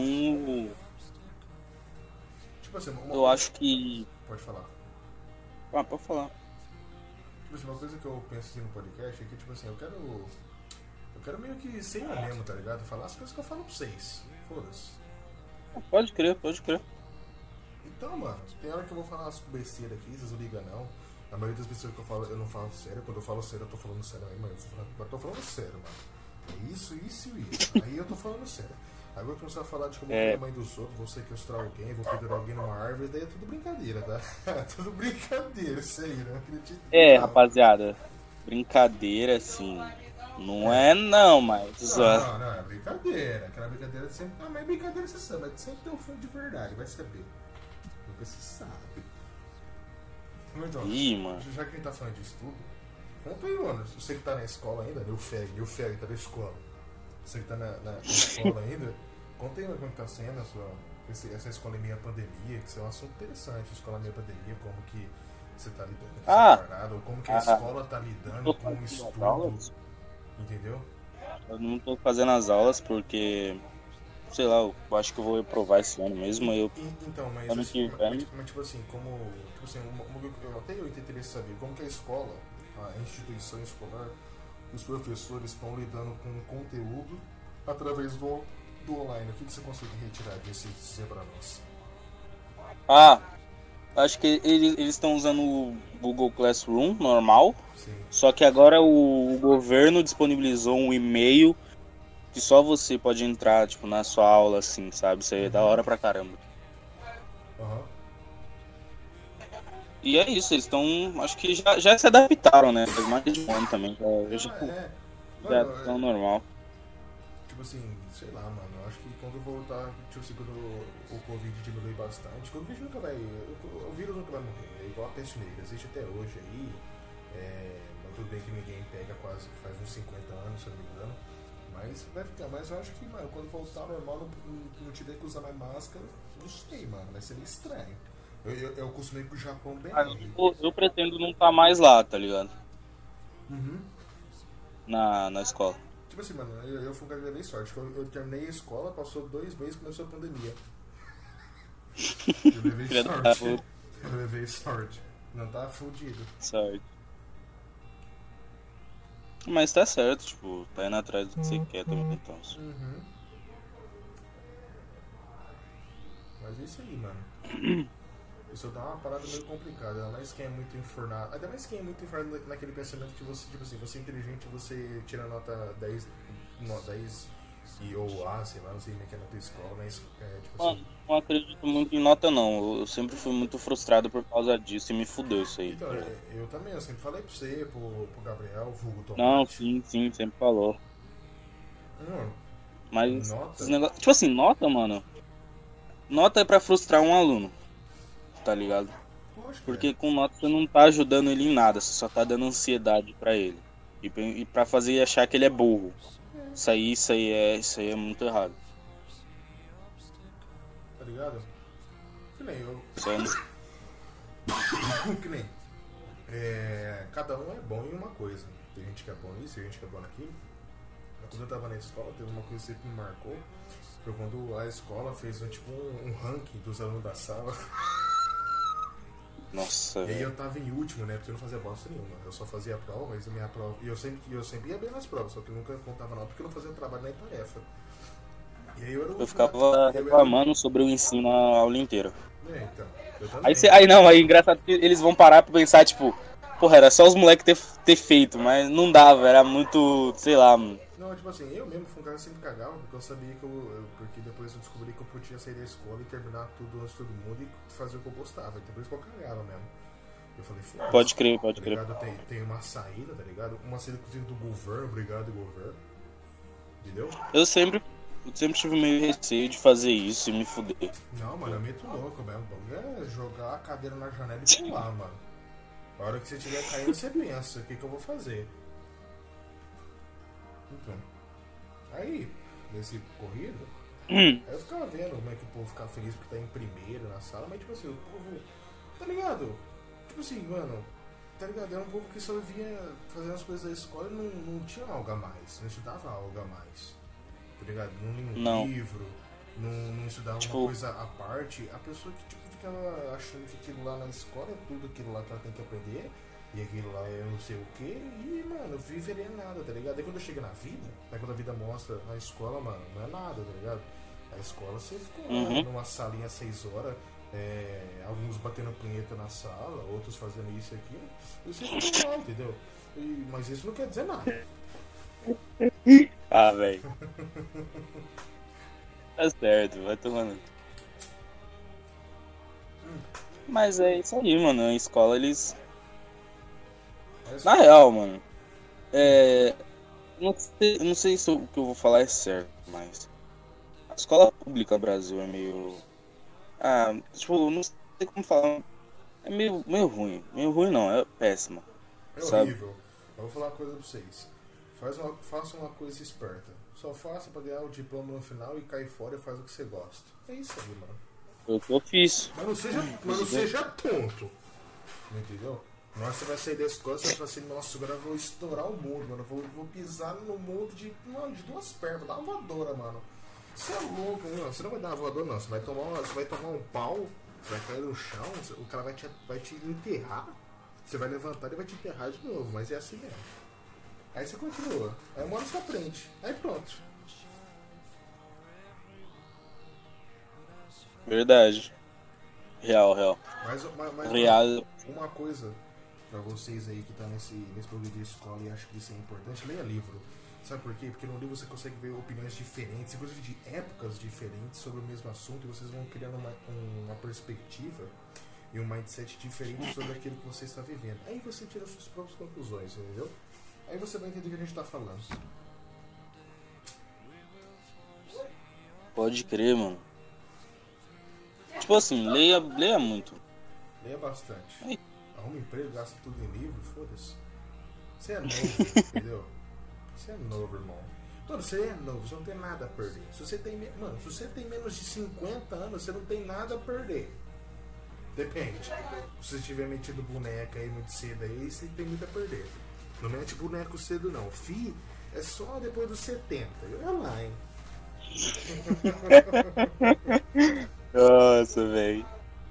tipo assim, uma, eu acho que. Pode falar. Ah, pode falar. Tipo assim, uma coisa que eu penso assim no podcast é que, tipo assim, eu quero. Eu quero meio que ser eu mesmo, tá ligado? Falar as coisas que eu falo pra vocês. Foda-se. Pode crer, pode crer. Então, mano, tem hora que eu vou falar umas besteiras aqui, vocês não ligam não. A maioria das pessoas que eu falo, eu não falo sério. Quando eu falo sério, eu tô falando sério aí, mas eu tô falando, eu tô falando sério, mano. É isso, isso e isso. Aí eu tô falando sério. Agora eu começar a falar de como É. é a mãe dos outros, vou sequestrar alguém, vou pendurar alguém numa árvore, daí é tudo brincadeira, tá? É tudo brincadeira, isso aí, não acredito. É, não. rapaziada. Brincadeira, assim. Não é não, mas. Não, ó, não, não, é brincadeira. Aquela brincadeira sempre. Ah, mas brincadeira você sabe, mas sempre tem um fundo de verdade, vai saber. Nunca se sabe. Mas, ó, Ih, mano. já que a gente tá falando de estudo, conta aí, mano. Você que tá na escola ainda, New Feg, New Feg tá na escola. Você que tá na, na escola ainda, conta aí mano, como que tá sendo a sua, esse- essa escola em meia pandemia, que isso é um assunto interessante, escola em meia pandemia, como que você tá lidando com Ah! essa parada, ou como que a Ah. escola tá lidando Tô com o fazendo as estudo, aulas. entendeu? Eu não tô fazendo as aulas porque. Sei lá, eu acho que eu vou reprovar esse ano mesmo. Eu. E- Então, mas, Ano assim, que mas, vem. mas, tipo assim, como. Tipo assim, uma- uma- eu, até eu interesse saber como que a escola, a instituição escolar, os professores estão lidando com o conteúdo através do, do online. O que, que você consegue retirar disso e dizer pra nós? Ah! Acho que ele- eles estão usando o Google Classroom normal. Sim. Só que agora o, o governo disponibilizou um e-mail que só você pode entrar, tipo, na sua aula, assim, sabe? Isso aí é da hora pra caramba. Aham. E é isso, eles estão. Acho que já, já se adaptaram, né? Faz mais de um ano também. Já, já, Ah, é. já Mano, estão é, normal. tipo assim, sei lá, mano. Eu acho que quando voltar, tipo assim, quando o Covid diminuir bastante, quando o vírus nunca vai. O, o vírus nunca vai morrer. É igual a peste negra, existe até hoje aí. É, mas tudo bem que ninguém pega quase faz uns cinquenta anos, se eu não me engano. Mas vai ficar, mas eu acho que, mano, quando voltar ao normal, não, não, não tiver que usar mais máscara, não sei, mano, vai ser meio estranho. Eu, eu, eu acostumei com o Japão bem. Ah, eu, eu pretendo não estar mais lá, tá ligado? Uhum. Na, na escola. Tipo assim, mano, eu, eu fui um cara que levei sorte. Eu, eu terminei a escola, passou dois meses e começou a pandemia. Eu levei Filha da sorte. puta. Eu levei sorte. Não tava fudido. Certo. Mas tá certo, tipo, tá indo atrás do que você quer também, então. Uhum. Mas é isso aí, mano. Isso dá uma parada meio complicada, ainda mais quem é muito enfornado. Ainda mais quem é muito enfornado naquele pensamento que você, tipo assim, você é inteligente, você tira nota dez, no- dez e ou A, sei lá, não sei como é que é na tua escola, mas é tipo Mano, assim. não acredito muito em nota, não. Eu, eu sempre fui muito frustrado por causa disso e me fudeu isso aí. Então, é, eu também, eu sempre falei pra você, pro, pro Gabriel, vulgo Tomate. Não, sim, sim, sempre falou. Hum, Mas, Nota? esses negócios- tipo assim, nota, mano. Nota é pra frustrar um aluno, tá ligado? lógico, Porque com nota você não tá ajudando ele em nada, você só tá dando ansiedade pra ele. E, pra- e pra fazer ele achar que ele é burro. Isso aí, isso aí é, isso aí é muito errado. é, tá ligado? Que nem eu. Isso aí é... que nem. É, cada um é bom em uma coisa. Tem gente que é bom nisso, tem gente que é bom naquilo. Mas quando eu tava na escola, teve uma coisa que sempre me marcou. Foi quando a escola fez um, tipo um, um ranking dos alunos da sala. Nossa, E aí velho. eu tava em último, né? Porque eu não fazia bosta nenhuma. Eu só fazia a prova, mas a minha prova. E eu sempre, eu sempre ia bem nas provas, só que eu nunca contava nada porque eu não fazia trabalho nem tarefa. E aí eu era o Eu último, ficava eu era- reclamando sobre o ensino a aula inteira. É, então. Eu também. Aí, cê, aí não, aí engraçado que eles vão parar pra pensar, tipo, porra, era só os moleques ter, ter feito, mas não dava, era muito, sei lá, mano. Não, tipo assim, eu mesmo fui um cara que sempre cagava, porque eu sabia que eu, eu- Porque depois eu descobri que eu podia sair da escola e terminar tudo antes de todo mundo e fazer o que eu gostava. Então por isso que eu cagava mesmo. Eu falei, foda-se, Pode crer, pode tá crer. ligado? Tem, tem uma saída, tá ligado? Uma saída inclusive do governo, obrigado governo. Entendeu? Eu sempre, eu sempre tive meio receio de fazer isso e me fuder. Não, mano, é muito louco mesmo. O bagulho é jogar a cadeira na janela e pular, mano. A hora que você estiver caindo, você pensa, o que, que eu vou fazer? Então. Aí, nesse corrido, Hum. aí eu ficava vendo como é que o povo ficava feliz porque tá em primeiro na sala, mas tipo assim, o povo. Tá ligado? Tipo assim, mano, tá ligado? Era um povo que só via fazendo as coisas da escola e não, não tinha algo a mais, não estudava algo a mais. Tá ligado? Não lia um Não. livro, não, não estudava Tipo- uma coisa à parte. A pessoa que tipo, ficava achando que aquilo lá na escola é tudo aquilo lá que ela tem que aprender, e aquilo lá é não sei o que, e mano, viveria nada, tá ligado? Aí quando chega na vida, aí quando a vida mostra na escola, mano, não é nada, tá ligado? A escola você ficou lá Uhum. numa salinha seis horas, é, alguns batendo punheta na sala, outros fazendo isso e aquilo, e você ficou lá, entendeu? E, mas isso não quer dizer nada. Ah, velho. Tá certo, vai tomando. Mas é isso aí, mano. A escola, eles. Mas, Na real, mano. É. Não sei, não sei se o que eu vou falar é certo, mas. A escola pública no Brasil é meio. Ah, tipo, não sei como falar. É meio, meio ruim. Meio ruim não, é péssima. é Sabe? horrível. Eu vou falar uma coisa pra vocês. Faz uma, faça uma coisa esperta. Só faça pra ganhar o diploma no final e cair fora e faz o que você gosta. É isso aí, mano. Foi o que eu fiz. Mas não seja, mas não seja tonto. Entendeu? Na hora que você vai sair da escola, você vai falar assim, nossa, agora eu vou estourar o mundo, mano. Eu vou, vou pisar no mundo de, mano, de duas pernas, vou dar uma voadora, mano. Você é louco, né? Você não vai dar uma voadora, não. Você vai tomar, uma, você vai tomar um pau, você vai cair no chão, o cara vai te, vai te enterrar, você vai levantar e vai te enterrar de novo, mas é assim mesmo. Aí você continua, aí uma hora você aprende, aí pronto. Verdade. Real, real. Mas, mas, mas Real. uma coisa pra vocês aí que tá nesse, nesse programa de escola e acham que isso é importante, leia livro. Sabe por quê? Porque no livro você consegue ver opiniões diferentes, inclusive de épocas diferentes sobre o mesmo assunto, e vocês vão criando uma, uma perspectiva e um mindset diferente sobre aquilo que você está vivendo. Aí você tira as suas próprias conclusões, entendeu? Aí você vai entender o que a gente tá falando. Pode crer, mano. Tipo assim, leia, leia muito. Leia bastante. Aí. Arruma emprego, gasta tudo em livro, foda-se. Você é novo, entendeu? Você é novo, irmão. Mano, você é novo, você não tem nada a perder. Se você tem, me- mano, se você tem menos de cinquenta anos, você não tem nada a perder. Depende. Se você tiver metido boneca aí muito cedo aí, você tem muito a perder. Não mete boneco cedo não. Fi, é só depois dos setenta. Olha lá, hein? Nossa, velho.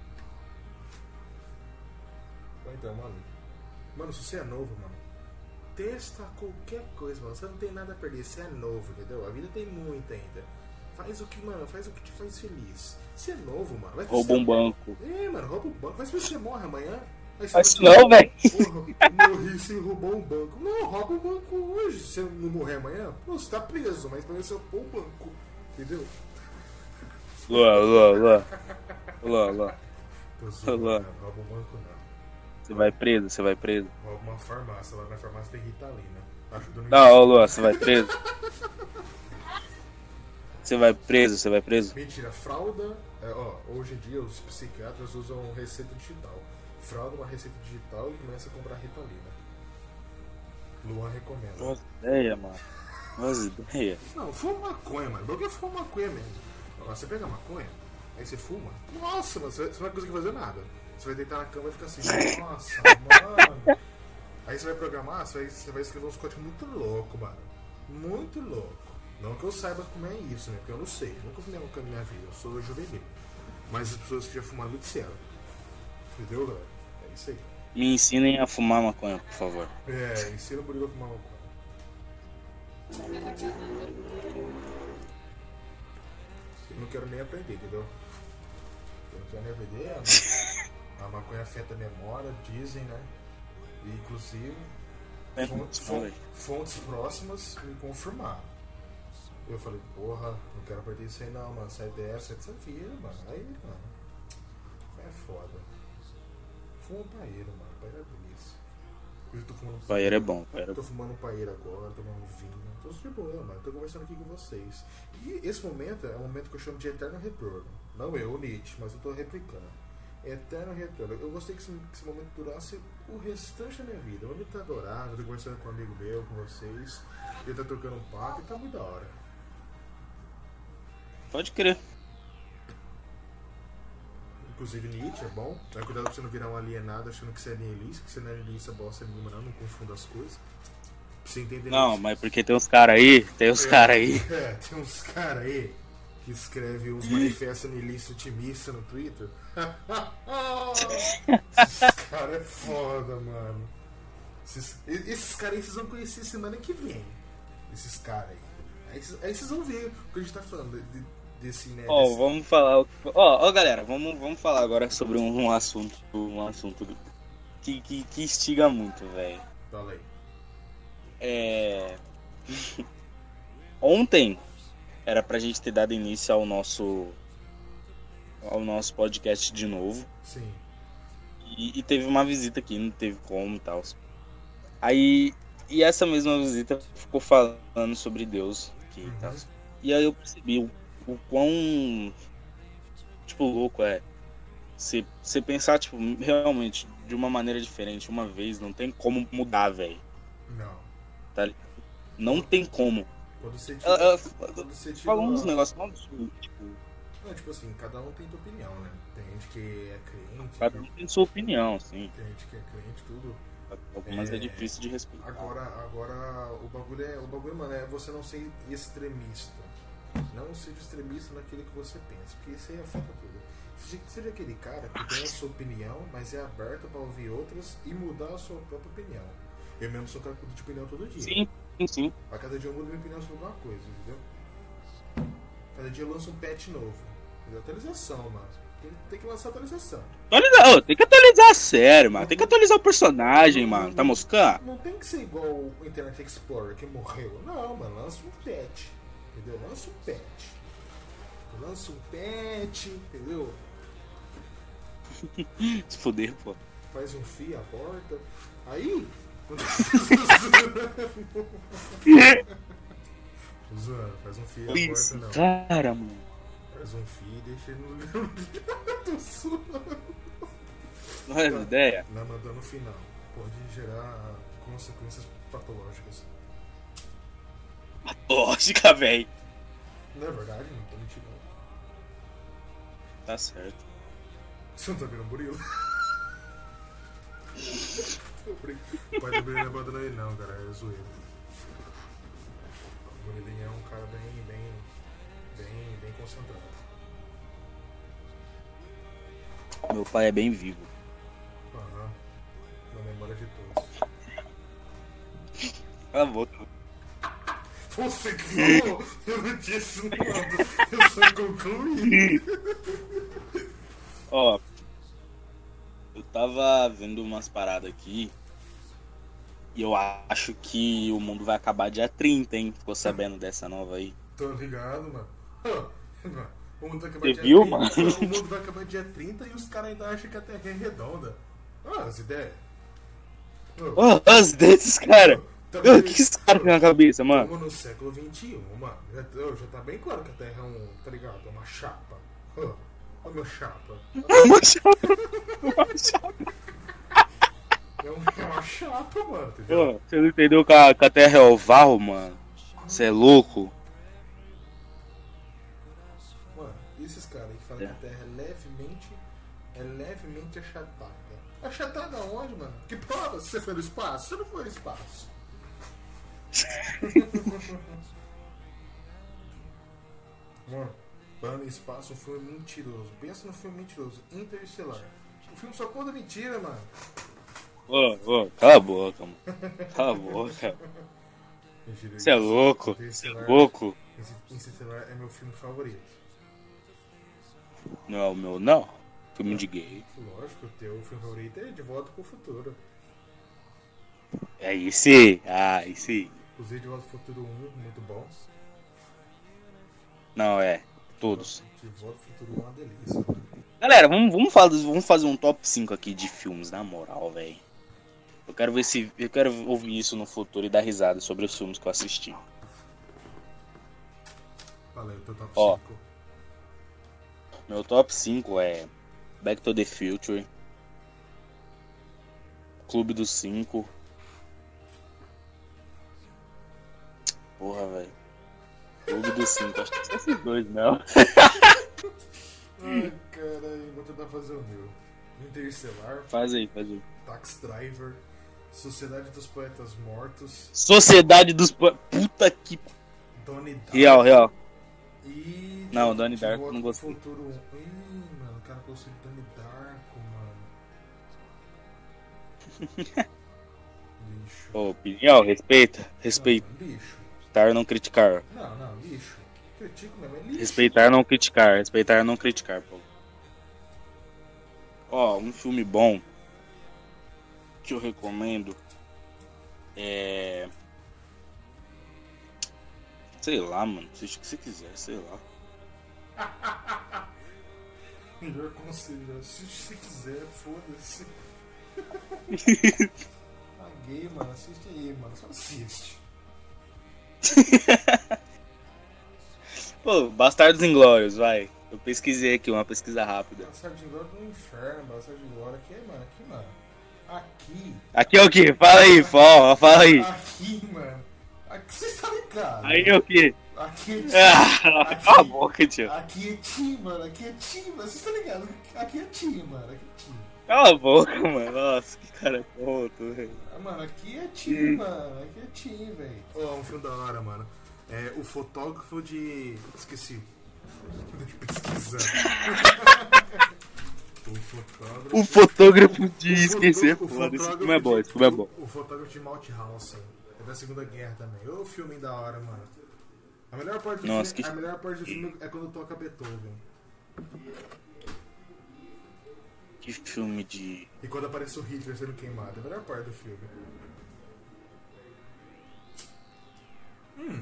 Então, mano. Mano, se você é novo, mano, testa qualquer coisa, mano. Você não tem nada a perder, você é novo, entendeu? A vida tem muito ainda. Faz o que, mano, faz o que te faz feliz. Você é novo, mano. Vai que Rouba você- um banco. É, mano, rouba um banco. Mas se você morre amanhã. Aí você Mas vai falar, não, velho. porra, morri sem roubar um banco. Não, rouba um banco hoje. Se você não morrer amanhã, pô, você tá preso, mas amanhã você roubou um banco. Entendeu? Lua, lua, lua. Lua, lua. Tô zoando, Olá. não, rouba um banco não. Você vai preso, você vai preso. Rouba uma farmácia. Lá na farmácia tem Ritalina. Ajuda no Não, ô Lua, você vai preso. Você vai preso, você vai preso. Mentira, fralda. É, ó, hoje em dia os psiquiatras usam receita digital. Fralda uma receita digital e começa a comprar Ritalina. Luan recomenda. Nossa ideia, mano. Nossa ideia. Não, fuma maconha, mano. Por que fuma maconha mesmo? Ó, você pega a maconha, aí você fuma. Nossa, mano, você vai- você não vai conseguir fazer nada. Você vai deitar na cama e ficar assim, nossa, mano. Aí você vai programar, você vai, você vai escrever uns códigos muito loucos, mano. Muito louco. Não que eu saiba como é isso, né? Porque eu não sei. Eu nunca fumei maconha na minha vida. Eu sou juvenil. Mas as pessoas que já fumaram me disseram. Entendeu, galera? É isso aí. Me ensinem a fumar maconha, por favor. É, ensina o Murilo a fumar maconha. Eu não quero nem aprender, entendeu? Eu não quero nem aprender. A, ma- a maconha afeta a memória, dizem, né? E, inclusive, É, fontes, não, velho. fontes próximas me confirmaram. Eu falei, porra, não quero perder isso aí não, mano. Sai dessa, sai dessa vida, mano. Aí, mano. É foda. Fuma um paeiro, mano. Paeiro é delícia. Eu tô fumando um Paeira é bom, paeira é Tô bom. fumando um paeira agora, tomando um vinho. Tô de boa, mano. Tô conversando aqui com vocês. E esse momento é um momento que eu chamo de eterno retorno. Não eu, o Nietzsche, mas eu tô replicando. Eterno retorno. Eu gostei que esse, que esse momento durasse o restante da minha vida. O momento tá adorado, eu tô conversando com um amigo meu, com vocês. Ele tá trocando um papo e tá muito da hora. Pode crer. Inclusive Nietzsche é bom. Vai cuidado pra você não virar um alienado achando que você é nihilista, que você não é nihilista bosta nenhuma, não. Não confunda as coisas. Pra você entender Não, isso. mas porque tem uns caras aí, tem uns É, caras aí. É, tem uns caras aí que escrevem uns manifestos nihilistas otimistas no Twitter. Esses caras é foda, mano. Esses, esses caras aí vocês vão conhecer semana que vem. Esses caras aí. Aí, vocês- aí vocês vão ver o que a gente tá falando de- de- desse, né? Ó, desse- vamos falar. Ó, ó, galera, vamos, vamos falar agora sobre um, um assunto, um assunto que, que, que instiga muito, velho. Fala aí. É. Ontem era pra gente ter dado início ao nosso ao nosso podcast de novo. Sim. E, e teve uma visita aqui, não teve como e tal. Aí, e essa mesma visita ficou falando sobre Deus aqui e tal. E aí eu percebi o, o quão, tipo, louco é você você pensar, tipo, realmente de uma maneira diferente, uma vez, não tem como mudar, velho. Não. Tá? Não tem como. Quando você Ela, ela tira, quando você tira falou uns uma- negócios mal absurdos, tipo, Não, tipo assim, cada um tem sua opinião, né? Tem gente que é crente, cada um tem sua opinião, sim. tem gente que é crente, tudo. Algumas é, É, difícil de respeitar. Agora, agora o bagulho é. O bagulho, mano, é você não ser extremista. Não seja extremista naquilo que você pensa, porque isso aí afeta tudo. Seja, seja aquele cara que tem a sua opinião, mas é aberto pra ouvir outras e mudar a sua própria opinião. Eu mesmo sou um cara que muda de opinião todo dia. Sim, sim, sim. A cada dia eu mudo minha opinião sobre alguma coisa, entendeu? Cada dia eu lanço um patch novo. Entendeu? Atualização, mano. Tem, tem que lançar atualização. Atualizar, ô, tem que atualizar a série, mano. Tem que atualizar o personagem, mano. Tá moscando? Não tem que ser igual o Internet Explorer que morreu. Não, mano, lança um patch. Entendeu? Lança um patch. Lança um patch, entendeu? Se fuder, pô. Faz um fio à porta. Aí. Tô zoando, faz um fio à Isso, porta, não. cara, mano. Faz um fio e deixa ele no. Tô zoando. Não é ideia? Não, mas no final. Pode gerar consequências patológicas. Lógica, velho. Não é verdade? Não tô mentindo. Não. Tá certo. Você não tá vendo o Murilo? Tô brincando. O pai do Murilo não abandonou ele não, cara. É zoeiro. O Murilinho é um cara bem, bem, bem, bem concentrado. Meu pai é bem vivo. Aham. Na memória de todos. Cala a boca. Você que falou! Eu não disse nada. Eu só concluí. Ó, eu tava vendo umas paradas aqui e eu acho que o mundo vai acabar dia trinta, hein? Ficou sabendo dessa nova aí? Tô ligado, mano. Mano, o mundo vai acabar Você dia viu, trinta. mano? O mundo vai acabar dia trinta e os caras ainda acham que a Terra é redonda. Ah, as ideias. Ó, as desses, cara. Tá O bem- que esse cara tem na cabeça, mano? Estamos no século vinte e um, mano. Já, ô, já tá bem claro que a Terra é um, tá ligado? É uma chapa. Ó, ó meu chapa. Uma chapa. Uma chapa. É, um, é uma chapa, mano, entendeu? Ô, você não entendeu que a, que a Terra é oval, mano? Você é louco? Mano, e esses caras aí que falam É. que a Terra é levemente, é levemente achatada. Achatada onde, mano? Que prova se você foi no espaço? Você não foi no espaço. Mano, falando em espaço, um filme mentiroso. Pensa no filme mentiroso, Interestelar. O filme só conta mentira, mano. Ô, ô, cala a boca, mano. Cala a boca. Você é louco? Você é louco? Interestelar é meu filme favorito. Não é o meu, não. Filme de gay. Lógico, o teu filme favorito é De Volta pro Futuro. Aí sim, aí sim. Inclusive, De Volta pro Futuro um, muito bom. Não, é. Todos. De Volta pro Futuro um é uma delícia, mano. Galera, vamos, vamos, fazer, vamos fazer um top cinco aqui de filmes, na moral, velho. Eu quero ver se. Eu quero ouvir isso no futuro e dar risada sobre os filmes que eu assisti. Valeu, teu top Ó. cinco. Meu top cinco é Back to the Future, Clube dos Cinco. Porra, velho. Clube dos Cinco, acho que são esses dois, não. Ai, caralho, vou tentar fazer o meu. Interestelar, Faz aí, faz aí. Taxi Driver, Sociedade dos Poetas Mortos, Sociedade dos... Po- Puta que... Donnie Darko. Real, real. E... Não, de- Donnie de Darko Volta não pro gostei. Futuro um. Ih, mano, o cara gostou de Donnie Darko, mano. Lixo. Ô, opinião, respeita. Respeita. Não, lixo. Respeitar, não criticar. Não, não, lixo. Critico mesmo, é lixo. Respeitar, não criticar. Respeitar, não criticar, pô. Ó, um filme bom que eu recomendo é... Sei lá, mano. Assiste o que você quiser, sei lá. Melhor conselho, assiste se quiser, foda-se. Caguei, mano, assiste aí, mano, só assiste. Pô, Bastardos Inglórios, vai. Eu pesquisei aqui, uma pesquisa rápida. Bastardo de Glória no inferno, Bastardo de Glória aqui, mano, aqui, mano. Aqui. Aqui é o que? Fala aí, fala, fala aí. Aqui, mano. Aqui você tá ligado. Aí é o que? Aqui é ti. Ah, Aqui- cala a boca, tio. Aqui é ti, mano. Aqui é ti, mano. Você tá ligado? Aqui é ti, mano. Aqui é ti. Cala a boca, mano. Nossa, que cara tonto, velho. Ah, mano, aqui é ti, mano. Aqui é ti, velho. Ó, um filme da hora, mano. É o fotógrafo de. Esqueci. Deixa eu pesquisar. O fotógrafo. O fotógrafo de O esquecer, foto- o foda. Esse fotógrafo filme é bom, de- esse filme é bom. O, o fotógrafo de Mauthausen. É da Segunda Guerra também. Ô, filme da hora, mano. A melhor parte do Nossa, filme, que- a melhor parte do filme é quando toca Beethoven. Que filme de... E quando aparece o Hitler sendo queimado. É a melhor parte do filme. Hum.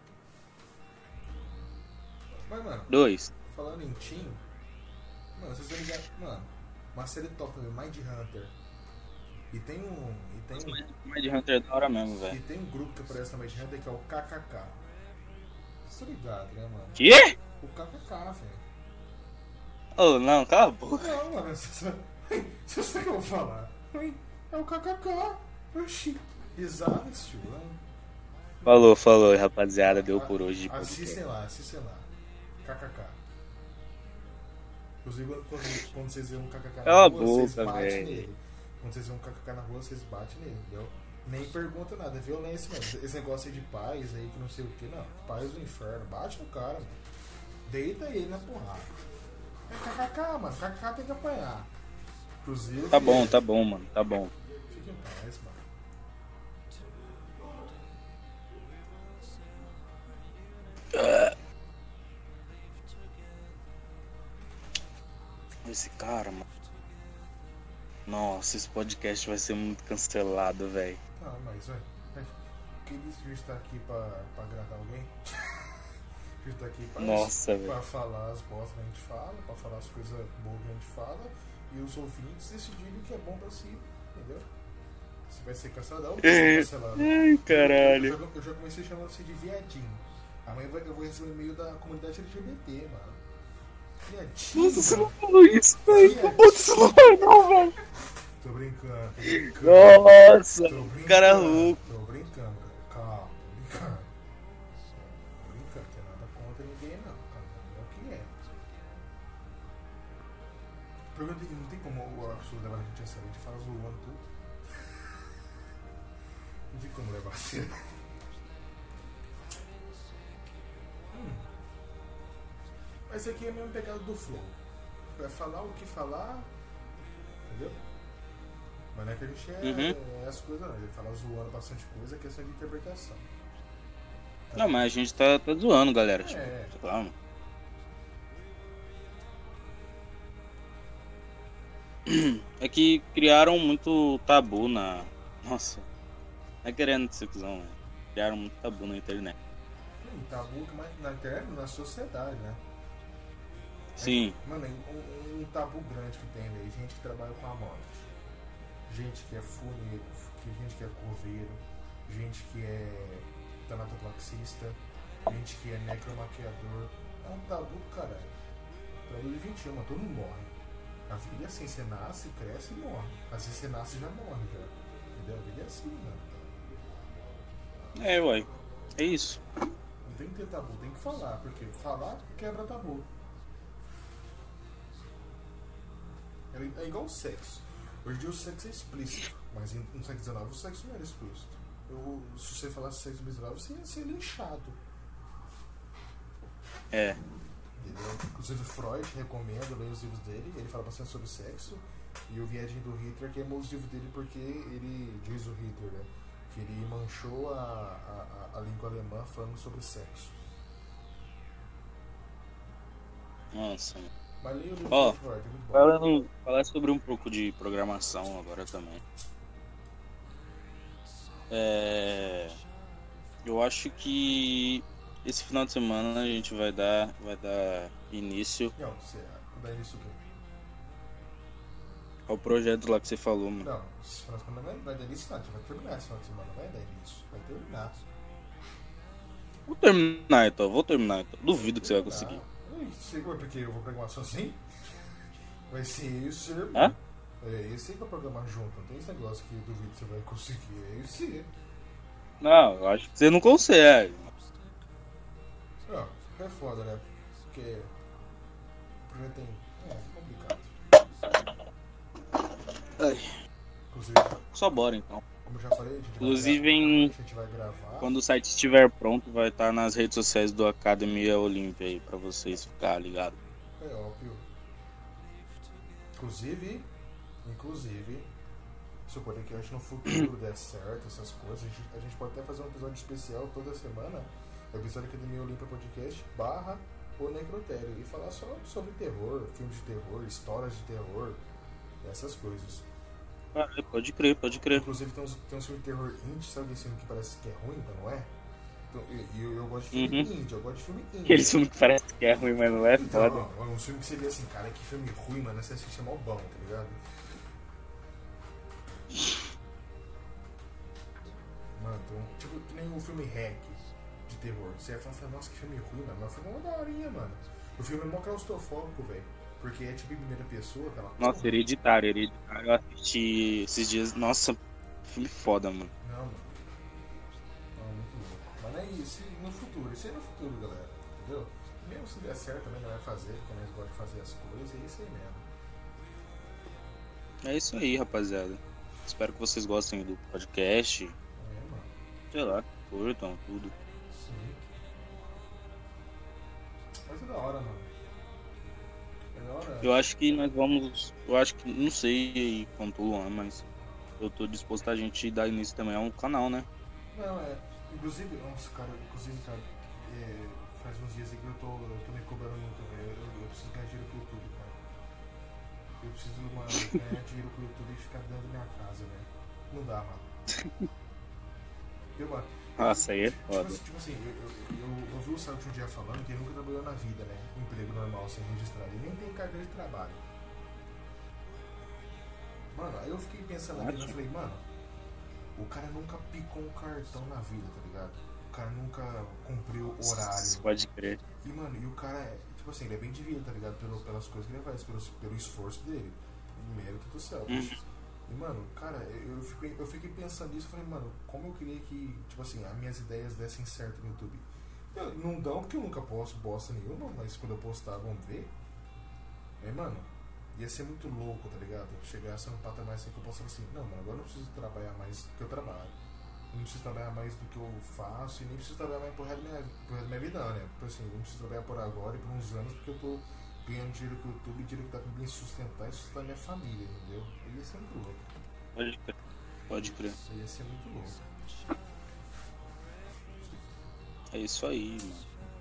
Mas, mano, Dois. falando em Team, mano, vocês estão ligados? Mano, uma série top, Mind Hunter. E tem um. E tem um, Mind Hunter é da hora mesmo, e velho. tem um grupo que aparece na Mind Hunter que é o K K K. Vocês estão ligados, né, mano? Quê? O K K K, velho. Oh, não, cala a boca. Não, mano, você sabe, você sabe o que eu vou falar? É o K K K. Oxi. Risadas, tio. né? Falou, falou, rapaziada. Deu por hoje de Assistem podcast. lá, assistem lá. K K K. Inclusive, quando, quando vocês veem um K K K na Cala a rua, vocês boca, batem velho. nele. Quando vocês veem um K K K na rua, vocês batem nele, entendeu? Nem pergunta nada, é violência mesmo. Esse negócio aí de paz aí, que não sei o que, não. Paz do inferno. Bate no cara, mano. Deita ele na porrada. É K K K, mano. K K K tem que apanhar. Inclusive... Tá bom, tá bom, mano. Tá bom. Fique em paz, mano. Esse cara, mano. Nossa, esse podcast vai ser muito cancelado, velho. Não, mas, velho. Quem disse que a gente tá aqui pra, pra agradar alguém? A gente tá aqui pra, Nossa, pra velho. falar as bostas que a gente fala, pra falar as coisas boas que a gente fala, e os ouvintes decidirem o que é bom pra si, entendeu? Se vai ser cancelado ou vai ser cancelado. Ai, caralho. Eu já, eu já comecei chamando você de viadinho. Amanhã vai- eu vou receber um e-mail da comunidade L G B T, mano. Viadinho. Nossa, você não mano. falou isso, velho. Viadinho. Puta, você não falou não, velho. Tô brincando, tô brincando. Nossa, Tô brincando, cara louco. Tô brincando, cara. Calma, tô brincando. Tô brincando, não tem nada contra ninguém, não. Cada um é o que é. Pergunta, não tem como a pessoa levar a gente a sério, a gente fala zoando tudo. Não tem como levar a sério. Hum. Mas esse aqui é a mesma pegada do flow. Vai falar o que falar, entendeu? Mas não é que a gente é, Uhum. é as coisas, não. Ele fala zoando bastante coisa, é questão de interpretação. Não, mas a gente tá, tá zoando, galera. Tipo, É. sei lá, mano. É que criaram muito tabu na. Nossa. Não é querendo ser cuzão, né? Criaram muito tabu na internet. Um tabu que mais na internet, na sociedade, né? Sim. Mano, um, um- um tabu grande que tem aí, gente que trabalha com a morte. gente que é funeiro, gente que é coveiro, gente que é tanatoplaxista, gente que é necromaquiador. É um tabu do caralho. Tabu de vinte e um, mas todo mundo morre. A vida é assim, você nasce, cresce e morre. Às vezes você nasce e já morre já. Entendeu? A vida é assim, né? É, uai. É isso. Não tem que ter tabu, tem que falar, porque falar quebra tabu. É igual o sexo. Hoje em dia o sexo é explícito, mas no século dezenove o sexo não era explícito. Eu, se você falasse sexo no dezenove, você ia ser linchado. É. Entendeu? Inclusive Freud recomenda ler os livros dele, ele fala bastante sobre sexo. E o Viedinho do Hitler queimou os livros dele porque ele, diz o Hitler, né, que ele manchou a, a, a língua alemã falando sobre sexo. Nossa. Mas leia o livro Ó, do Freud, é muito bom. falando, falar sobre um pouco de programação agora também. É, eu acho que esse final de semana a gente vai dar, vai dar início Não, você dá início o quê? ao projeto lá que você falou, mano. Não, esse final de semana vai, vai dar início, não, a gente vai terminar esse final de semana, não vai dar início, vai terminar. Vou terminar então, vou terminar então. Duvido que você vai conseguir. Sei como é porque eu vou programar sozinho. Vai ser isso, irmão. Hã? É esse aí que eu programar junto. Não tem esse negócio que eu duvido que você vai conseguir. É esse aí. Não, eu acho que você não consegue. Não, é foda, né? Porque o projeto tem. É, é complicado. Ai. Inclusive, Só bora então. como eu já falei, a gente Inclusive, vai gravar. em- A gente vai gravar. Quando o site estiver pronto, vai estar nas redes sociais do Academia Olímpia aí, pra vocês ficarem ligados. É óbvio. Inclusive, inclusive, se o podcast no futuro der certo, essas coisas, a gente, a gente pode até fazer um episódio especial toda semana, o episódio Academia Olímpia Podcast barra o Necrotério, e falar só sobre terror, filmes de terror, histórias de terror, essas coisas. Ah, pode crer, pode crer. Inclusive tem uns, tem uns filmes de terror indie, sabe esse filme que parece que é ruim, mas não é? Então, e eu, eu gosto de filme Uhum. indie, eu gosto de filme indie. Aquele filme que parece que é ruim, mas não é Então, foda. ó, é um filme que você vê assim, cara, que filme ruim, mano, você assiste é mó bom, tá ligado? Mano, então, tipo, que nem o filme Hack de terror. Você vai falar, nossa, que filme ruim, mano. Mas o filme é uma daorinha, mano. O filme é mó claustrofóbico, velho. Porque é tipo em primeira pessoa, aquela Nossa, Hereditário, Hereditário eu assisti esses dias. Nossa, filme foda, mano. Não, mano. Não, muito louco. Mas não é isso no futuro. Isso aí é no futuro, galera. Entendeu? Mesmo se der certo também, não vai fazer, porque nós gostamos de fazer as coisas, é isso aí mesmo. É isso aí, rapaziada. Espero que vocês gostem do podcast. É, mano. Sei lá, curtam tudo. Sim. Mas é da hora, mano. É da hora. Eu acho que nós vamos. Eu acho que. Não sei aí quanto o Luan, mas eu tô disposto a gente dar início também a um canal, né? Não, é. Inclusive, nossa, cara, inclusive, cara, é, faz uns dias aí que eu tô, eu tô me cobrando muito, velho. Eu, eu preciso ganhar dinheiro pro YouTube, cara. Eu preciso, mano, ganhar dinheiro pro YouTube e ficar dentro da minha casa, velho. Não dá, mano. Viu, mano? Nossa, aí é Tipo, foda. assim, tipo assim, eu, eu, eu ouvi o Sábio um dia falando que ele nunca trabalhou na vida, né? Um emprego normal, sem registrar. Ele nem tem carteira de trabalho. Mano, aí eu fiquei pensando aqui, eu falei, mano, o cara nunca picou um cartão na vida, tá ligado? O cara nunca cumpriu horário. Pode crer. E, mano, e o cara é, tipo assim, ele é bem de vida, tá ligado? Pelo, pelas coisas que ele faz, pelo, pelo esforço dele. Mérito do céu. Uhum. E, mano, cara, eu fiquei, eu fiquei pensando nisso, eu falei, mano, como eu queria que, tipo assim, as minhas ideias dessem certo no YouTube. Eu, não dão porque eu nunca posto bosta nenhuma, mas quando eu postar, vamos ver. Aí, mano, ia ser muito louco, tá ligado? Chegar a ser um patamar assim que eu posso falar assim, não, mano, agora eu não preciso trabalhar mais do que eu trabalho. Eu não preciso trabalhar mais do que eu faço e nem preciso trabalhar mais pro resto da minha, pro resto da minha vida, né? Tipo assim, eu não preciso trabalhar por agora e por uns anos porque eu tô ganhando dinheiro com o YouTube, dinheiro que dá pra me sustentar e sustentar minha família, entendeu? Aí ia ser muito louco. Pode crer. Pode crer. Aí ia ser muito louco. É isso aí, mano.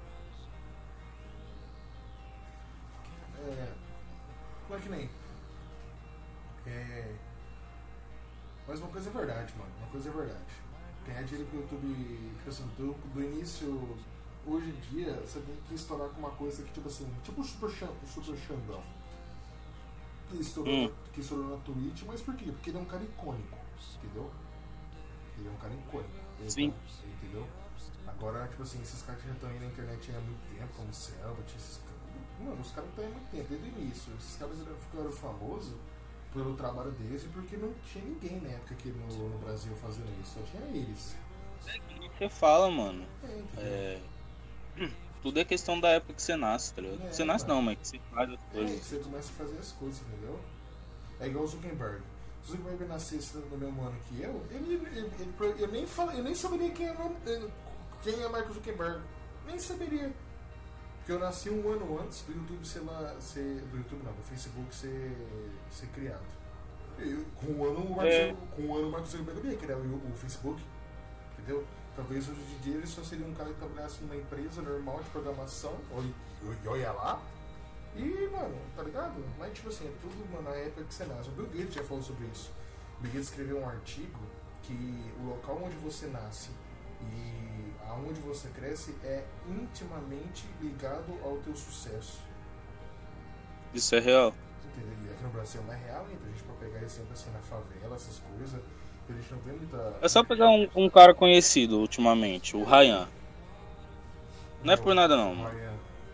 É. Como é que nem? É. Mas uma coisa é verdade, mano. Uma coisa é verdade. Ganhar dinheiro com o YouTube, tipo assim, do, do início, hoje em dia, você tem que estourar com uma coisa que, tipo assim, tipo o Super, Xan- o Super Xandão. que estourou, Hum. que estourou na Twitch, mas por quê? Porque ele é um cara icônico, entendeu? Ele é um cara icônico. Ele Sim. tá- entendeu? Agora, tipo assim, esses caras que já estão aí na internet há muito tempo, como o Selbit, esses caras. Mano, os caras estão aí há muito tempo, desde o início. Esses caras ficaram famosos pelo trabalho deles e porque não tinha ninguém na época aqui no, no Brasil fazendo isso, só tinha eles. Você fala, mano. É, entendeu? É. Tudo é questão da época que você nasce, tá ligado? É, Você nasce mano. não, mas que você faz as É, coisas. que você começa a fazer as coisas, entendeu? É igual o Zuckerberg. Se o Zuckerberg nascesse no mesmo ano que eu, ele, ele, ele- eu, nem fala, eu nem saberia quem é, o nome- eh, quem é Mark Zuckerberg. Nem saberia. Porque eu nasci um ano antes do YouTube ser lá. Ser, do YouTube não, do Facebook ser, ser criado. E com um ano o Mark, É. Zuckerberg- com um ano o Mark Zuckerberg ia criar o, o Facebook. Entendeu? Talvez hoje em dia ele só seria um cara que trabalhasse numa empresa normal de programação. Olha, olha lá. E, mano, tá ligado? Mas, tipo assim, é tudo, mano, na época que você nasce. O Bill Gates já falou sobre isso. O Bill Gates escreveu um artigo que o local onde você nasce e aonde você cresce é intimamente ligado ao teu sucesso. Isso é real. Entendeu? E aqui no Brasil não é real, então a gente pode pegar exemplo assim na favela, essas coisas. A gente não vê muita. É só pegar um, um cara conhecido ultimamente, o Ryan. Não é por nada não, mano. Ryan.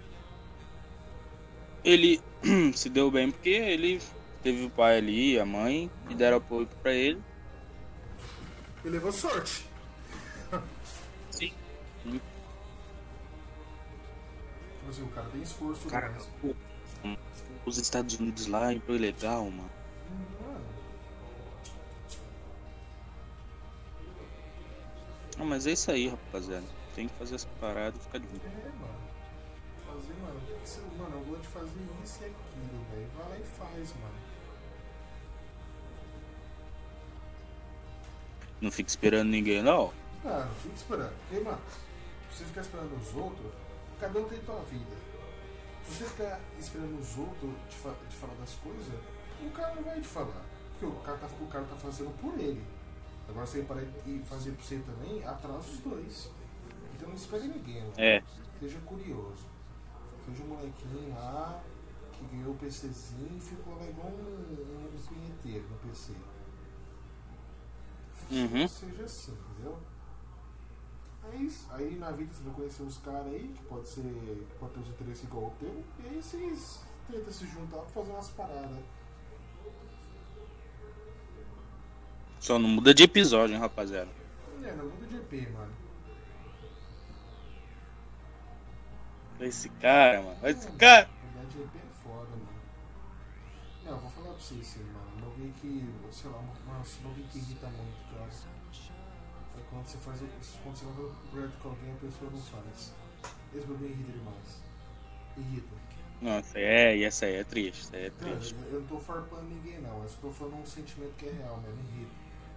Ele se deu bem porque ele teve o pai ali, a mãe, e deram apoio pra ele. Ele levou sorte. Sim. Tipo assim, o cara tem esforço. Cara, demais. pô, os Estados Unidos lá é legal, mano. Mano, Ah, mas é isso aí, rapaziada. Tem que fazer essa parada e ficar de boa. é, mano. Fazer, mano. Isso, mano, eu vou te fazer isso e aquilo, velho. Vai lá e faz, mano. Não fica esperando ninguém, não. Ah, não fica esperando. Porque, mano, se você ficar esperando os outros, cada um tem sua vida. Se você ficar esperando os outros te, fa te falar das coisas, o cara não vai te falar. Porque o cara tá, o cara tá fazendo por ele. Agora você parar e fazer por você também, atrasa os dois. Então não espere ninguém, mano. É. Seja curioso. Seja um molequinho lá que ganhou o PCzinho e ficou lá igual um, um, um punheteiro no P C. Uhum. Seja assim, entendeu? É isso. Aí na vida você vai conhecer uns caras aí que pode ser. Que pode ter os interesses igual o teu. E aí vocês tentam se juntar pra fazer umas paradas. Só não muda de episódio, hein, rapaziada. É, não muda de E P, mano. Esse cara, mano. Esse cara. Mudar de E P é foda, mano. Não, vou falar pra vocês assim, mano. Um bagulho que, sei lá, nossa, um bagulho que irrita muito, cara. É quando você faz. Quando você vai fazer um projeto com alguém, a pessoa não faz. Esse bagulho irrita demais. Irrita. Nossa, é, e essa aí é triste, essa aí é Não, triste. eu, eu não tô farpando ninguém, não. Eu só tô falando um sentimento que é real, mano. Irrita.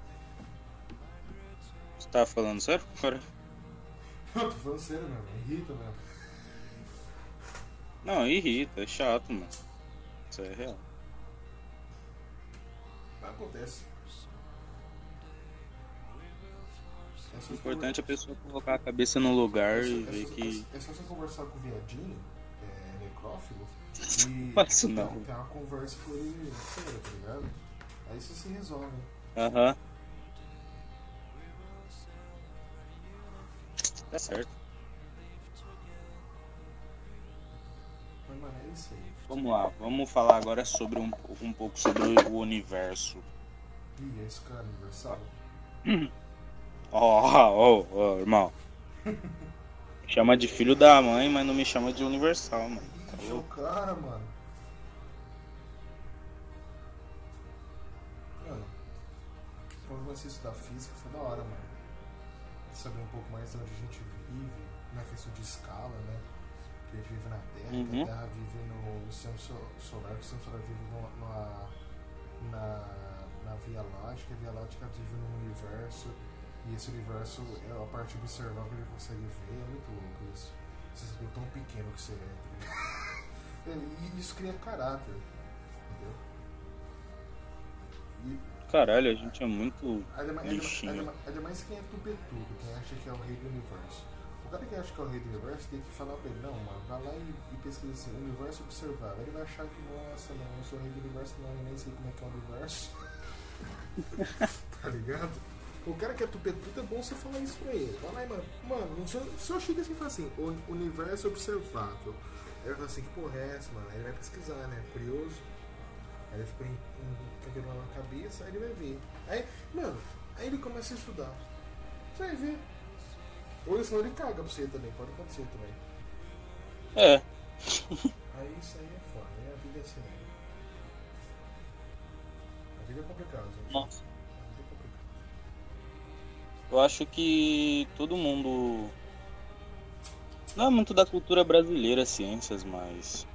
Você tá falando sério, cara? Não, tô falando sério mesmo. Irrita mesmo. Não, irrita, é chato, mano. Isso é real. Mas acontece. É só O você importante é a conver- pessoa colocar a cabeça no lugar é só- e é ver só- que. É só você conversar com o viadinho, é, necrófilo, e Faço não. ter uma conversa com ele séria, tá ligado? Aí você se resolve. Aham. Tá certo. Mas, mano, é isso aí. Vamos lá, vamos falar agora sobre um, um pouco sobre o universo. Ih, esse cara é universal? Ó, ó, ó, irmão. Chama de filho da mãe, mas não me chama de universal, mano. Tá Ih, é o louco? cara, mano. Mano, quando eu comecei a estudar física foi da hora, mano. Saber um pouco mais de onde a gente vive, na questão de escala, né? Que a gente vive na Terra, que Uhum. a Terra vive no sistema so- solar, que o sistema solar vive no- numa, na, na Via Láctea, a Via Láctea vive no universo, e esse universo é a parte observável que a gente consegue ver, é muito louco isso. Você sabe o tão pequeno que você é, tá ligado? E isso cria caráter, entendeu? E Caralho, a gente é muito Ainda mais, lixinho. ainda, ainda mais quem é tupetudo, quem acha que é o rei do universo. O cara que acha que é o rei do universo tem que falar pra ele, não, mano, vai lá e, e pesquisa assim, universo observável. Ele vai achar que, nossa, não, eu sou o rei do universo, não, eu nem sei como é que é o universo. Tá ligado? O cara que é tupetudo é bom você falar isso pra ele. Fala aí, mano, mano, se eu, se eu chego assim e falo assim, o universo observável. Aí ele fala assim, que porra é essa, mano? Aí ele vai pesquisar, né? Curioso. Aí ele ficou com aquilo na cabeça, aí ele vai ver. Aí, mano, aí ele começa a estudar. Você vai ver. Ou senão ele caga pra você também, pode acontecer também. É. Aí isso aí é foda, aí a vida é assim. A vida é complicada, gente. Nossa. A vida é complicada. Eu acho que todo mundo. Não é muito da cultura brasileira, ciências, mas.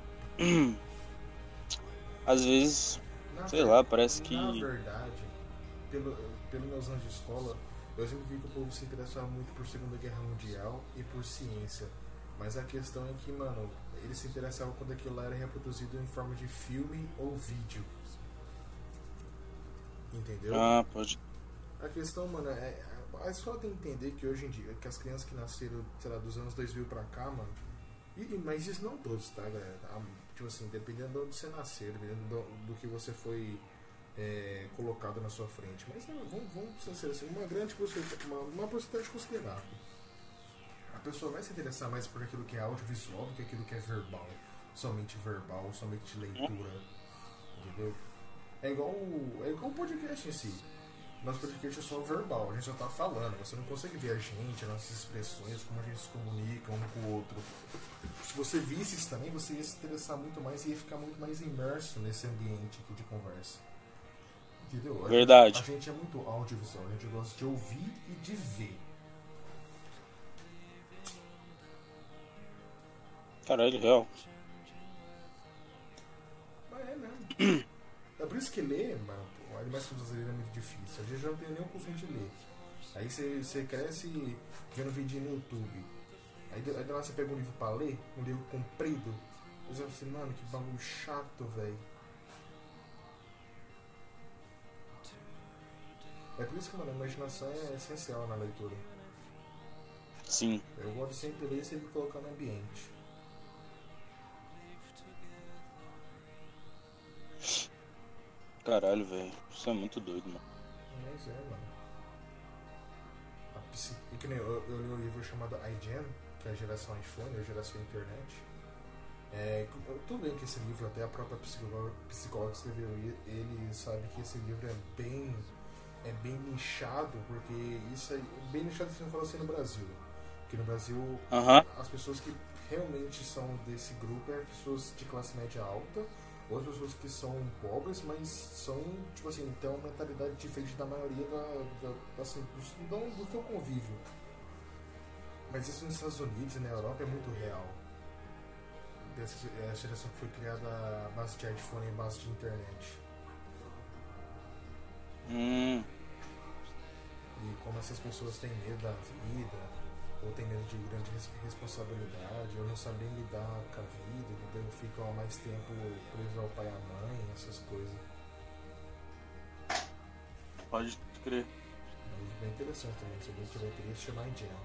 Às vezes, Na sei ver... lá, parece Na que. Na verdade, pelo, pelos meus anos de escola, eu sempre vi que o povo se interessava muito por Segunda Guerra Mundial e por ciência. Mas a questão é que, mano, eles se interessavam quando aquilo lá era reproduzido em forma de filme ou vídeo. Entendeu? Ah, pode. A questão, mano, é. A escola tem que entender que hoje em dia, que as crianças que nasceram, sei lá, dos anos dois mil pra cá, mano. E, mas isso não todos, tá, galera? Tipo assim, dependendo de onde você nasceu, dependendo do, do que você foi é, colocado na sua frente. Mas é, vamos, vamos ser assim, uma grande porcentagem, uma, uma porcentagem considerável. A pessoa vai se interessar mais por aquilo que é audiovisual do que aquilo que é verbal. Somente verbal, somente leitura. Entendeu? É igual o, é igual o podcast em si. Nosso podcast é só verbal, a gente só tá falando. Você não consegue ver a gente, nossas expressões, como a gente se comunica um com o outro. Se você visse isso também, você ia se interessar muito mais e ia ficar muito mais imerso nesse ambiente aqui de conversa. Entendeu? A Verdade. Gente, a gente é muito audiovisual, a gente gosta de ouvir e de ver. Caralho, real. Mas é mesmo. É por isso que ler, mano, o Animais Fantásticos é muito difícil. A gente já não tem nem o costume de ler. Aí você, você cresce vendo vídeo no YouTube. Aí, aí lá você pega um livro pra ler, um livro comprido. Você fala assim, mano, que bagulho chato, velho. É por isso que, mano, a imaginação é essencial na leitura. Sim. Eu gosto de sempre ler e sempre colocar no ambiente. Caralho, velho. Isso é muito doido, mano. Mas é, mano. A psi... e que nem eu, eu li um livro chamado iGen, que é a geração iPhone, a geração internet. É, tudo bem que esse livro, até a própria psicóloga, psicóloga que escreveu ele, sabe que esse livro é bem, é bem nichado, porque isso é bem nichado se não falar assim no Brasil. Porque no Brasil, uh-huh. as pessoas que realmente são desse grupo é pessoas de classe média alta, ou as pessoas que são pobres, mas são, tipo assim, têm uma mentalidade diferente da maioria da, da, assim, do, do, do seu convívio. Mas isso nos Estados Unidos e na Europa é muito real. Dessa é a geração que foi criada à base de iPhone e à base de internet. Hum. E como essas pessoas têm medo da vida, ou têm medo de grande responsabilidade, ou não sabem lidar com a vida, entendeu? Ficam há mais tempo presos ao pai e à mãe, essas coisas. Pode crer. É bem interessante também, se alguém tiver interesse, chamar em Jam.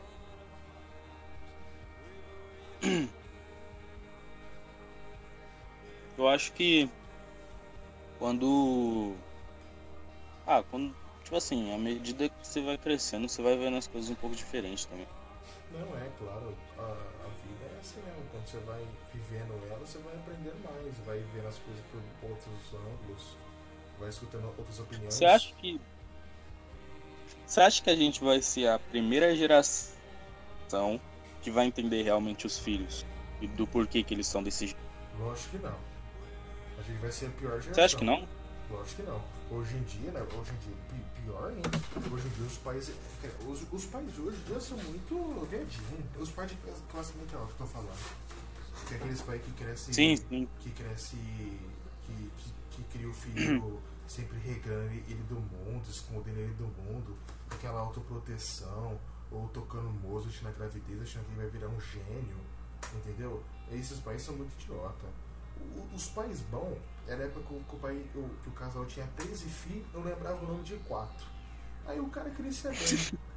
Eu acho que quando. Ah, quando. Tipo assim, à medida que você vai crescendo, você vai vendo as coisas um pouco diferentes também. Não, é claro, a, a vida é assim mesmo. Quando você vai vivendo ela, você vai aprendendo mais, vai vendo as coisas por outros ângulos, vai escutando outras opiniões. Você acha que. Você acha que a gente vai ser a primeira geração que vai entender realmente os filhos e do porquê que eles são desse jeito? Lógico que não. A gente vai ser a pior geração. Você acha que não? Lógico que não. Hoje em dia, né? Hoje em dia, pior ainda. Hoje em dia, os pais. Os, os pais hoje em dia são muito viadinhos. Os pais de classe muito alta que eu tô falando. Que é aqueles pais que crescem. Sim, sim. Que cresce. Que, que, que cria o filho sempre regrando ele do mundo, escondendo ele do mundo. Aquela autoproteção. Ou tocando Mozart na gravidez, achando que ele vai virar um gênio. Entendeu? Esses pais são muito idiota. Os pais bons, era a época que o, que o, pai, que o, que o casal tinha treze filhos, não lembrava o nome de quatro. Aí o cara crescia bem.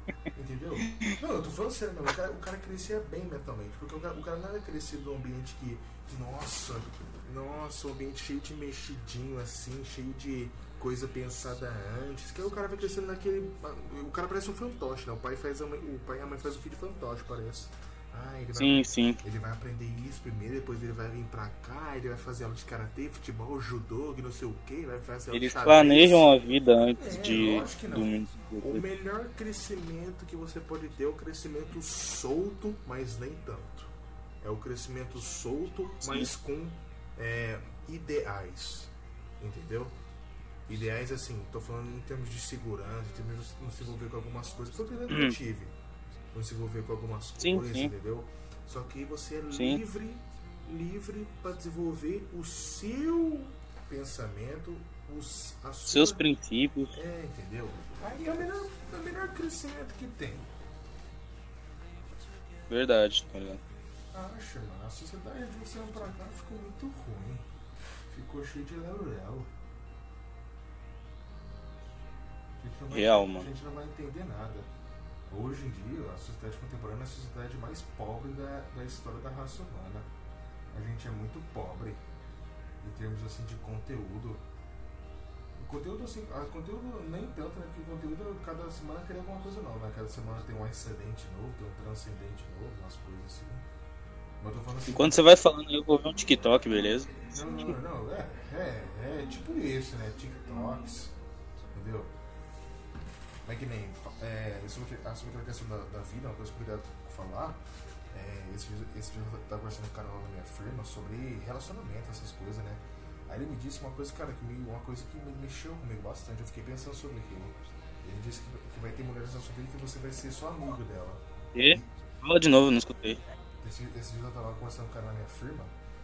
Entendeu? Não, eu tô falando sério mesmo. O cara, o cara crescia bem mentalmente. Porque o cara, o cara não era crescido num ambiente que. Nossa, nossa, um ambiente cheio de mexidinho assim, cheio de coisa pensada antes. Que aí o cara vai crescendo naquele. O cara parece um fantoche, né? O pai, faz a mãe, o pai e a mãe faz o filho de fantoche, parece. Ah, ele vai, Sim, sim. ele vai aprender isso primeiro, depois ele vai vir pra cá, ele vai fazer aula de karatê, futebol, judô, que não sei o que, vai fazer aula de Eles xadrez. planejam a vida antes É, de. lógico que Do... não. O melhor crescimento que você pode ter é o crescimento solto, mas nem tanto. É o crescimento solto, Sim. mas com é, ideais. Entendeu? Ideais assim, tô falando em termos de segurança, em termos de não se envolver com algumas coisas. Foi o que eu tive. Não se envolver com algumas Sim, coisas, sim. entendeu? Só que você é Sim. livre, livre para desenvolver o seu pensamento, os, a sua... Seus princípios. É, entendeu? Aí é o melhor, é o melhor crescimento que tem. Verdade, tá ligado? Acho, mano. A sociedade de você pra cá ficou muito ruim. Ficou cheio de lero-lero. A gente não vai- Real, A mano. gente não vai entender nada. Hoje em dia, a sociedade contemporânea é a sociedade mais pobre da, da história da raça humana. A gente é muito pobre em termos assim de conteúdo. O conteúdo assim, a conteúdo nem tanto, né? Porque o conteúdo cada semana cria alguma coisa nova, né? Cada semana tem um excedente novo, tem um transcendente novo, umas coisas assim. Mas eu tô falando assim. Enquanto você vai falando, eu vou ver um TikTok, beleza? Não, não, não, é, é, é tipo isso, né? TikToks, entendeu? Mas que nem, é, sobre, sobre aquela questão da, da vida, uma coisa que eu queria falar, é, esse, esse dia eu tava conversando no canal da minha firma sobre relacionamento, essas coisas, né? Aí ele me disse uma coisa, cara, que me, uma coisa que me mexeu comigo bastante, eu fiquei pensando sobre aquilo. Ele disse que, que vai ter mulheres na sua vida que você vai ser só amigo dela. E? Fala de novo, não escutei. Esse, esse dia eu tava conversando com o cara na minha firma,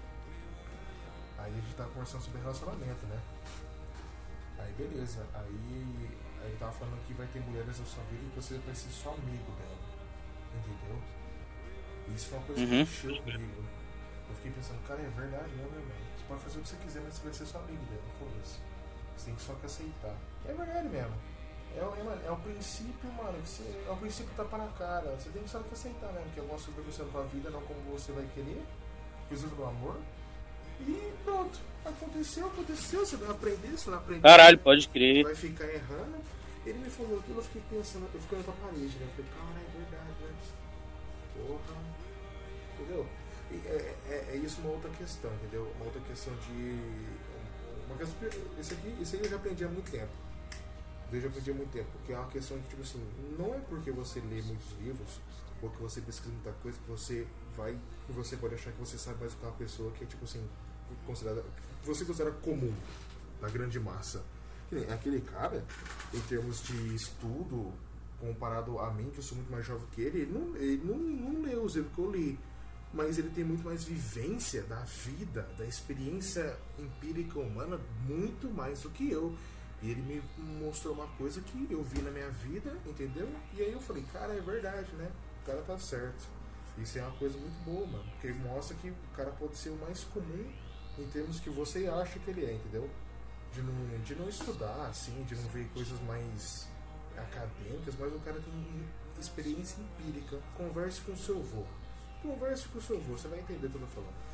aí a gente tava conversando sobre relacionamento, né? Aí beleza, aí, aí ele tava falando que vai ter mulheres na sua vida e você vai ser só amigo dela, entendeu? E isso foi uma coisa que Uhum. mexeu comigo. Eu fiquei pensando, cara, é verdade, né, meu irmão? Você pode fazer o que você quiser, mas você vai ser só amigo dela, foda-se. Você tem que só que aceitar. E é verdade mesmo. É, é, é o princípio, mano, que você, é o princípio tapa na cara. Você tem que só que aceitar mesmo, que algumas coisas vai acontecer na tua vida, não como você vai querer, inclusive do amor. E pronto, aconteceu, aconteceu, você vai aprender, você vai aprender. Caralho, pode crer. Vai ficar errando. Ele me falou aquilo, eu fiquei pensando, eu fiquei olhando pra parede, né? Eu falei, cara, é verdade, né? Porra. Entendeu? E é, é, é isso uma outra questão, entendeu? Uma outra questão de. Uma questão que, esse aqui, esse aí eu já aprendi há muito tempo. Eu já aprendi há muito tempo, porque é uma questão que, tipo assim, não é porque você lê muitos livros ou que você pesquisa muita coisa que você vai, que você pode achar que você sabe mais do que uma pessoa que é, tipo assim, considerada, que você considera comum na grande massa. Aquele cara, em termos de estudo, comparado a mim, que eu sou muito mais jovem que ele, ele não, ele não, não leu os livros que eu li, mas ele tem muito mais vivência da vida, da experiência empírica humana, muito mais do que eu. E ele me mostrou uma coisa que eu vi na minha vida, entendeu? E aí eu falei, cara, é verdade, né? O cara tá certo. Isso é uma coisa muito boa, mano. Porque mostra que o cara pode ser o mais comum em termos que você acha que ele é, entendeu? De não, de não estudar, assim, de não ver coisas mais acadêmicas, mas o cara tem experiência empírica. Converse com o seu avô. Converse com o seu avô, você vai entender o que eu tô falando.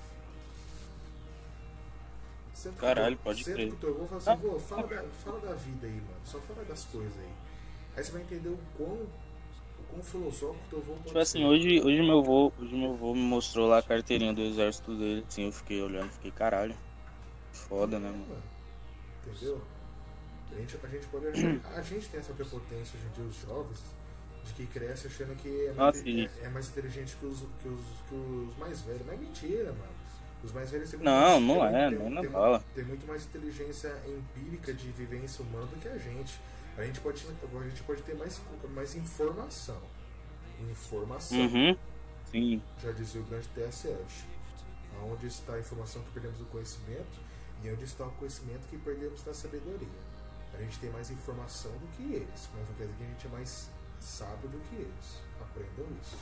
Senta Caralho, com, pode senta crer. com o teu avô e fala assim, vô, fala da, fala da vida aí, mano. Só fala das coisas aí. Aí você vai entender o quão, o quão filosófico o teu avô pode Tipo assim, ser. hoje, hoje meu avô, hoje meu avô me mostrou lá a carteirinha do exército dele, assim, eu fiquei olhando, fiquei, caralho. Foda, né, mano? Mano, entendeu? A gente, a gente pode achar, a gente tem essa prepotência hoje em dia, os jovens, de que cresce achando que é mais, Ah, sim. é, é mais inteligente que os, que, os, que os mais velhos. Mas é mentira, mano. Os mais velhos têm muito Não, mais, não tem, é, tem, nem na tem, bala. tem muito mais inteligência empírica de vivência humana do que a gente. A gente pode, a gente pode ter mais, mais informação. Informação. Uhum. Sim. Já dizia o grande T S Eliot. Onde está a informação que perdemos do conhecimento e onde está o conhecimento que perdemos da sabedoria. A gente tem mais informação do que eles, mas não quer dizer que a gente é mais sábio do que eles. Aprendam isso.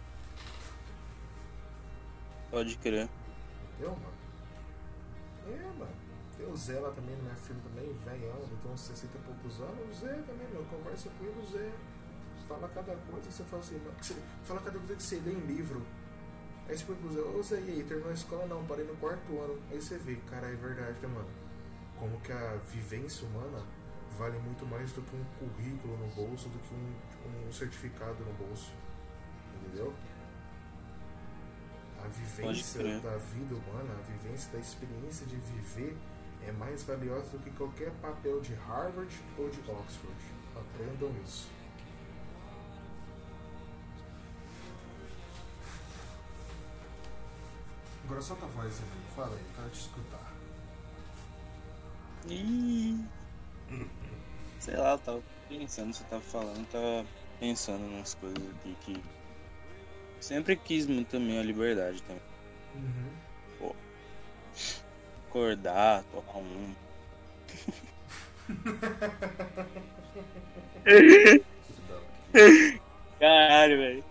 Pode crer. Entendeu, mano? É, mano. Tem o Zé lá também, na minha firma também, velhão, ele tem uns sessenta e poucos anos. O Zé também, meu, conversa com ele, o Zé. fala cada coisa, você fala assim, mano, você fala cada coisa que você lê em livro. Aí você pergunta, ô Zé, e aí, terminou a escola? Não, parei no quarto ano. Aí você vê, cara, é verdade, né, mano? Como que a vivência humana vale muito mais do que um currículo no bolso, do que um, um certificado no bolso. Entendeu? A vivência da vida humana, a vivência da experiência de viver é mais valiosa do que qualquer papel de Harvard ou de Oxford. Aprendam isso. Agora solta a voz, amigo. Fala aí, eu quero te escutar. Ih, sei lá, eu tava pensando, você tava falando, tava pensando nas coisas aqui que sempre quis muito também a liberdade também. Uhum. Pô, acordar, tomar um. Caralho, velho.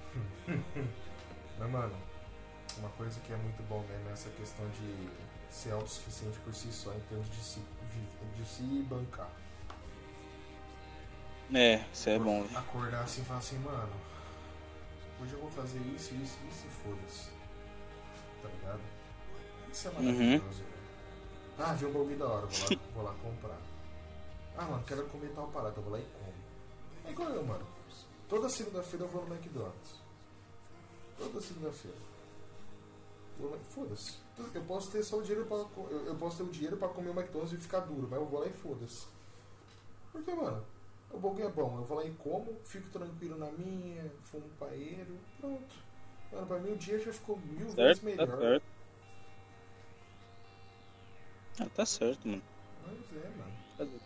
Mas, mano, uma coisa que é muito bom mesmo é essa questão de ser autossuficiente por si só em termos de se, de se bancar. É, isso é bom. Acordar assim e falar assim, mano, hoje eu vou fazer isso, isso, isso e foda-se. Tá ligado? Isso é maravilhoso, uhum. Velho. Ah, vi um bagulho da hora, vou lá, vou lá comprar. Ah, mano, quero comer tal parada, eu vou lá e como. É igual eu, mano. Toda segunda-feira eu vou no McDonald's. Toda segunda-feira. Foda-se. Eu posso ter só o dinheiro pra. Eu, eu posso ter o dinheiro pra comer o McDonald's e ficar duro, mas eu vou lá e foda-se. Porque, mano, o bagulho é bom. Eu vou lá e como, fico tranquilo na minha, fumo um paeiro, pronto. Mano, pra mim o dia já ficou mil certo, vezes melhor. Tá certo. Ah, tá certo, mano. Mas é, mano. Cadê?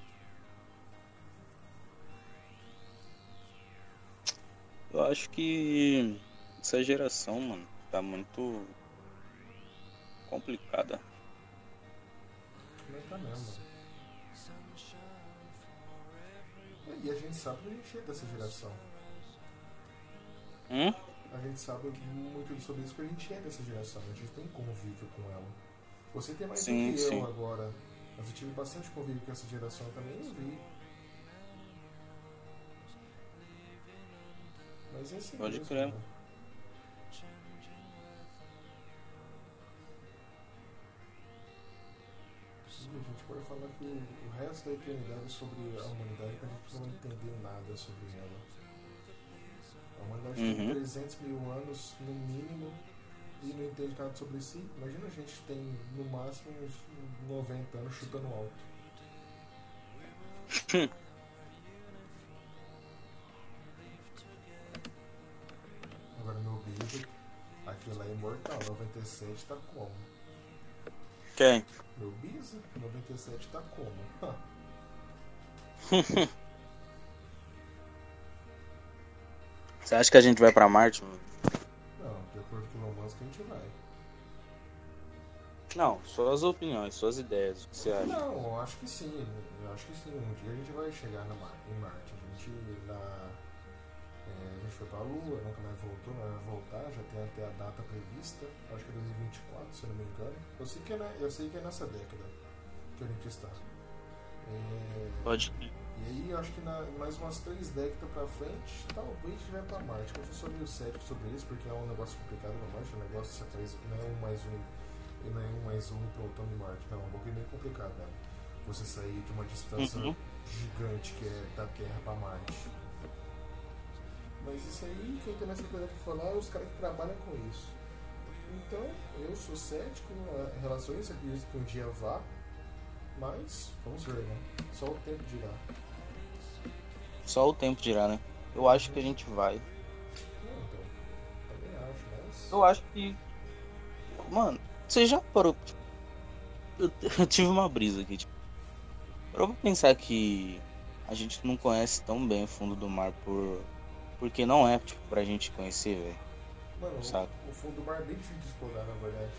Eu acho que essa geração, mano, tá muito complicada. Mas tá mesmo, mano. E a gente sabe que a gente é dessa geração. Hum? A gente sabe muito sobre isso porque a gente é dessa geração. A gente tem convívio com ela. Você tem mais sim, do que sim. eu agora. Mas eu tive bastante convívio com essa geração também e vi. Mas é assim pode mesmo, crer. Né? A gente pode falar que o resto da eternidade sobre a humanidade, a gente não vai entender nada sobre ela. A humanidade uhum. tem trezentos mil anos no mínimo e não entende nada sobre si. Imagina a gente tem no máximo uns noventa anos chutando alto. Agora meu bicho, aquele lá é imortal, noventa e sete tá como? Quem? Meu bisa, noventa e sete tá como? Você acha que a gente vai pra Marte, mano? Não, de acordo com o Elon Musk a gente vai. Não, suas opiniões, suas ideias, o que você acha? Não, eu acho que sim, eu acho que sim, um dia a gente vai chegar na Mar- em Marte. A gente, na, é, a gente foi pra Lua, nunca mais voltou, mas vai voltar, já tem até a data prevista, acho que é dois mil e vinte e quatro, se eu não me engano. Eu sei que é, na, eu sei que é nessa década que a gente está. É, Pode. E aí, eu acho que na, mais umas três décadas pra frente, talvez a gente vai pra Marte. Eu sou meio cético sobre isso, porque é um negócio complicado na Marte, o negócio se atrás, não é um mais um, e não é um mais um e pronto em Marte. Não, é um pouquinho meio complicado, né? Você sair de uma distância uhum. gigante que é da Terra pra Marte. Mas isso aí, quem tem mais coisa pra falar é os caras que trabalham com isso. Então, eu sou cético em relação a isso, acredito que um dia vá, mas vamos ver, né? Só o tempo dirá. Só o tempo dirá, né? Eu acho que a gente vai. Não, então, também acho, mas... Eu acho que... Mano, você já parou... Eu, eu tive uma brisa aqui, tipo... Parou pra pensar que a gente não conhece tão bem o fundo do mar por... Porque não é, tipo, pra gente conhecer, velho. Mano, sabe? O, o fundo do mar é bem difícil de explorar, na verdade.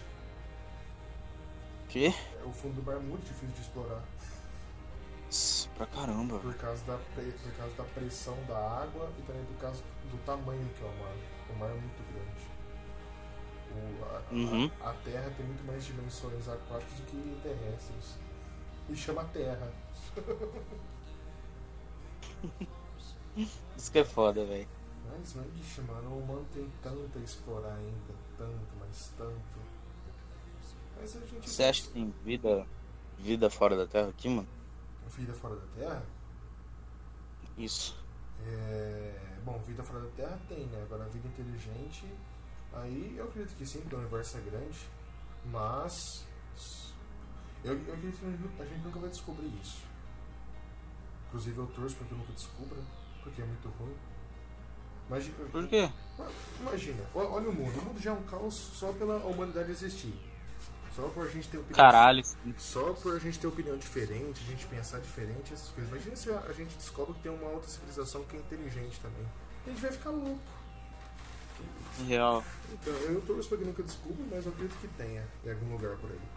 Quê? O fundo do mar é muito difícil de explorar. Pra caramba. Por causa, da, por causa da pressão da água e também por causa do tamanho que é o mar. O mar é muito grande. O, a, uhum. a, a Terra tem muito mais dimensões aquáticas do que terrestres. E chama Terra. Isso que é foda, velho. Mas, mas, bicho, mano, o humano tem tanto a explorar ainda. Tanto, mas tanto. Mas a gente... Você acha que tem vida, vida fora da Terra aqui, mano? Vida fora da Terra? Isso. É... Bom, vida fora da Terra tem, né? Agora, vida inteligente... Aí eu acredito que sim, porque o universo é grande. Mas... Eu, eu acredito que a gente nunca vai descobrir isso. Inclusive eu torço para que eu nunca descubra, porque é muito ruim. Imagina, Por quê? Imagina, olha o mundo. O mundo já é um caos só pela humanidade existir. Só por a gente ter opinião. Caralho. Só por a gente ter opinião diferente, a gente pensar diferente, essas coisas. Imagina se a gente descobre que tem uma outra civilização que é inteligente também. A gente vai ficar louco. Real. Então, eu torço para que nunca descubra, mas eu acredito que tenha em algum lugar por aí.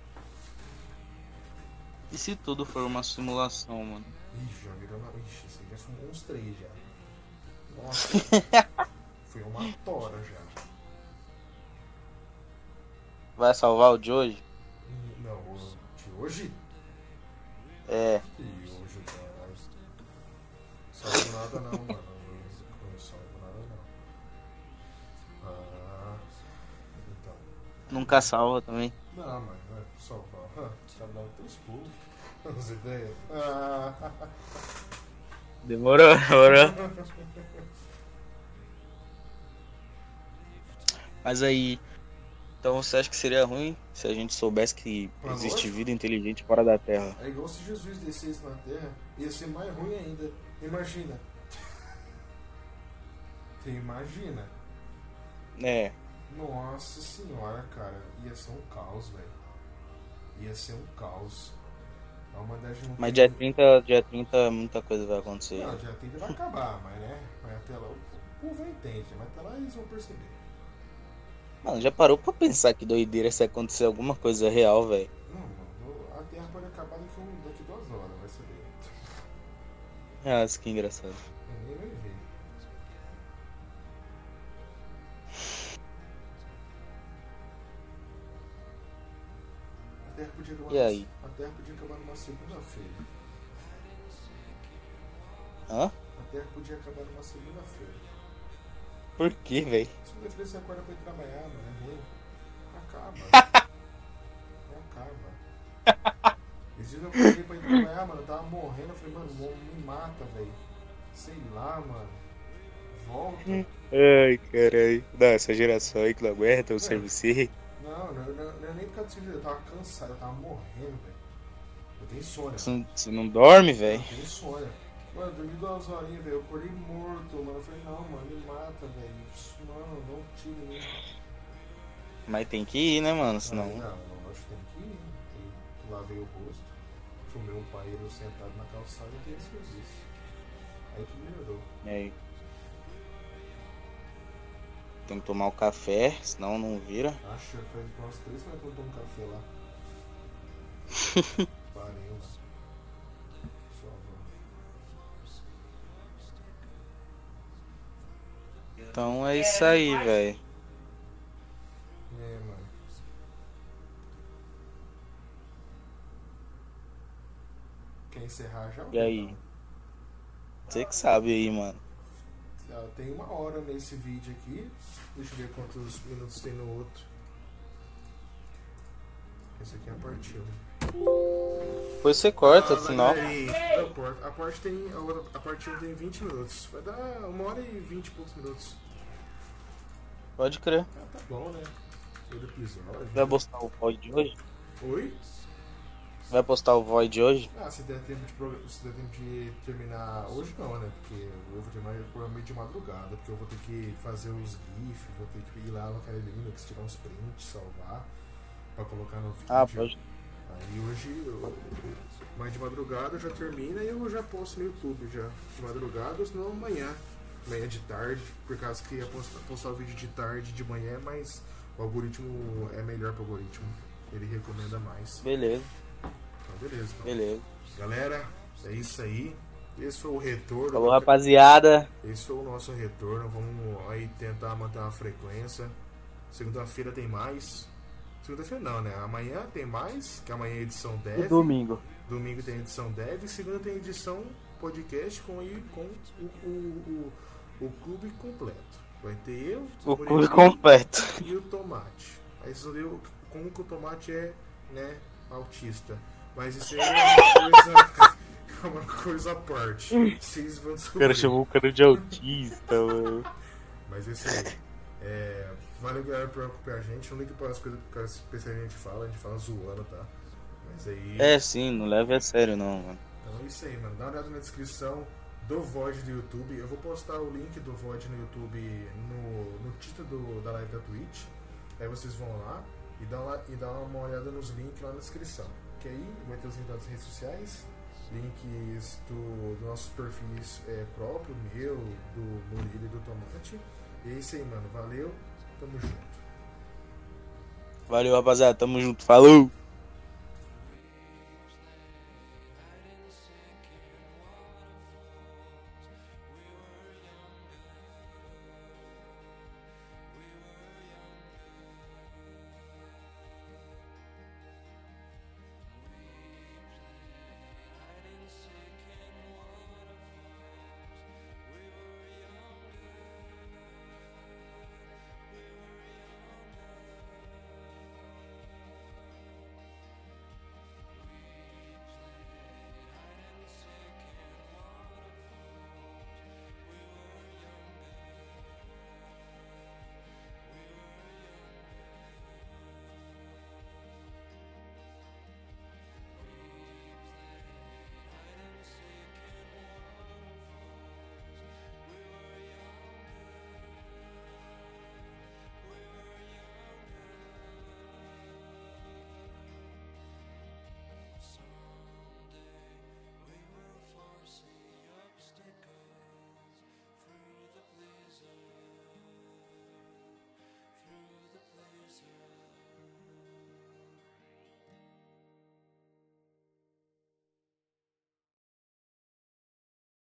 E se tudo for uma simulação, mano? Ixi, já virou uma... Ixi, isso aí já fumou uns três já. Nossa. Foi uma tora já. Vai salvar o de hoje? Não, o de hoje? É. E hoje, cara. Salvo nada não, mano. Não salvo nada não. Ah. Então. Nunca salva também. Não, mas não é salvar. Cada um tem os pulos. As ideias. Ah. Demorou, demorou. Mas aí, então você acha que seria ruim se a gente soubesse que Ah, existe lógico. vida inteligente fora da Terra? É igual se Jesus descesse na Terra, ia ser mais ruim ainda. Imagina. Você imagina? É, Nossa senhora, cara. Ia ser um caos, velho. Ia ser um caos. A humanidade não mas tem- dia trinta, dia trinta muita coisa vai acontecer. Não, já tende vai acabar, mas né? Mas até lá o povo entende, mas até lá eles vão perceber. Mano, já parou pra pensar que doideira se acontecer alguma coisa real, velho? Não, mano, a Terra pode acabar daqui, um, daqui duas horas, vai saber. Ah, isso que engraçado. Ninguém vai ver. A Terra podia acabar E numa- aí? A Terra podia acabar numa segunda-feira. Hã? A Terra podia acabar numa segunda-feira. Por que, velho? Segunda-feira você acorda pra ir trabalhar, mano, é ruim. Acaba. Acaba. Esses dias eu acordei pra ir trabalhar, mano, eu tava morrendo, eu falei, mano, me mata, velho. Sei lá, mano. Volta. Ai, caralho. Não, essa geração aí que não aguenta o serviço. Não, não, não, não é nem por causa do serviço, eu tava cansado, eu tava morrendo, velho. Eu tenho insônia. Você você não dorme, Eu velho? tenho insônia. Mano, eu dormi duas horinhas, velho. Eu acordei morto, mano. Eu falei, não, mano, me mata, velho. Mano, não tira nem. Mas tem que ir, né, mano? Senão. Não, não, acho que tem que ir. Tem- Lavei o rosto. Fumei um paeiro sentado na calçada e tenho serviço. Aí que melhorou. E aí? Tem que tomar o café, senão não vira. Acho que faz umas três semanas que eu tomo café lá. Parei, mano. Só vou. Então é isso aí, velho. É, mano. Quer encerrar já? E aí? Você que sabe aí, mano. Ah, tem uma hora nesse vídeo aqui. Deixa eu ver quantos minutos tem no outro. Esse aqui é a parte um. Depois você corta, Ah, afinal. Aí, eu corto. A parte tem. A, hora, a parte um tem vinte minutos. Vai dar uma hora e vinte e poucos minutos. Pode crer. Ah, tá bom, né? Todo episódio. Vai postar o Void de hoje? Oi? Vai postar o Void de hoje? Ah, se der tempo de, prog- se der tempo de terminar hoje não, né? Porque eu vou terminar provavelmente de madrugada, porque eu vou ter que fazer os GIFs, vou ter que ir lá no Kali Linux, tirar uns prints, salvar, pra colocar no vídeo. Ah, pode. Aí hoje, eu, mais de madrugada já termina e eu já posto no YouTube já. De madrugada ou senão amanhã. Amanhã de tarde, por causa que ia postar, postar o vídeo de tarde de manhã, mas o algoritmo é melhor pro algoritmo. Ele recomenda mais. Beleza, Então beleza, então. beleza. Galera, é isso aí. Esse foi o retorno. Falou, rapaziada. Esse foi o nosso retorno. Vamos aí tentar manter uma frequência. Segunda-feira tem mais. Segunda-feira não, né? Amanhã tem mais, que amanhã é edição E dev. domingo. Domingo tem edição dev. Segunda tem edição podcast com, aí, com o, o, o, o clube completo. Vai ter eu, o clube completo e o Tomate. Aí vocês vão ver como que o Tomate é, né, autista. Mas isso aí é uma coisa, é uma coisa à parte. Vocês vão descobrir. O cara chamou o cara de autista, mano. Mas isso aí. É, valeu, galera, por acompanhar a gente. Não ligue para as coisas que as pessoas a gente fala, a gente fala zoando, tá? Mas aí. É, sim, não leve a sério, não, mano. Então é isso aí, mano. Dá uma olhada na descrição do V O D do YouTube. Eu vou postar o link do V O D no YouTube no, no título do, da live da Twitch. Aí vocês vão lá e dá, uma, e dá uma olhada nos links lá na descrição. Que aí vai ter os links das redes sociais, links do, do nossos perfis é, próprio, meu, do Murilo e do Tomate. E é isso aí, mano. Valeu. Tamo junto. Valeu, rapaziada. Tamo junto. Falou!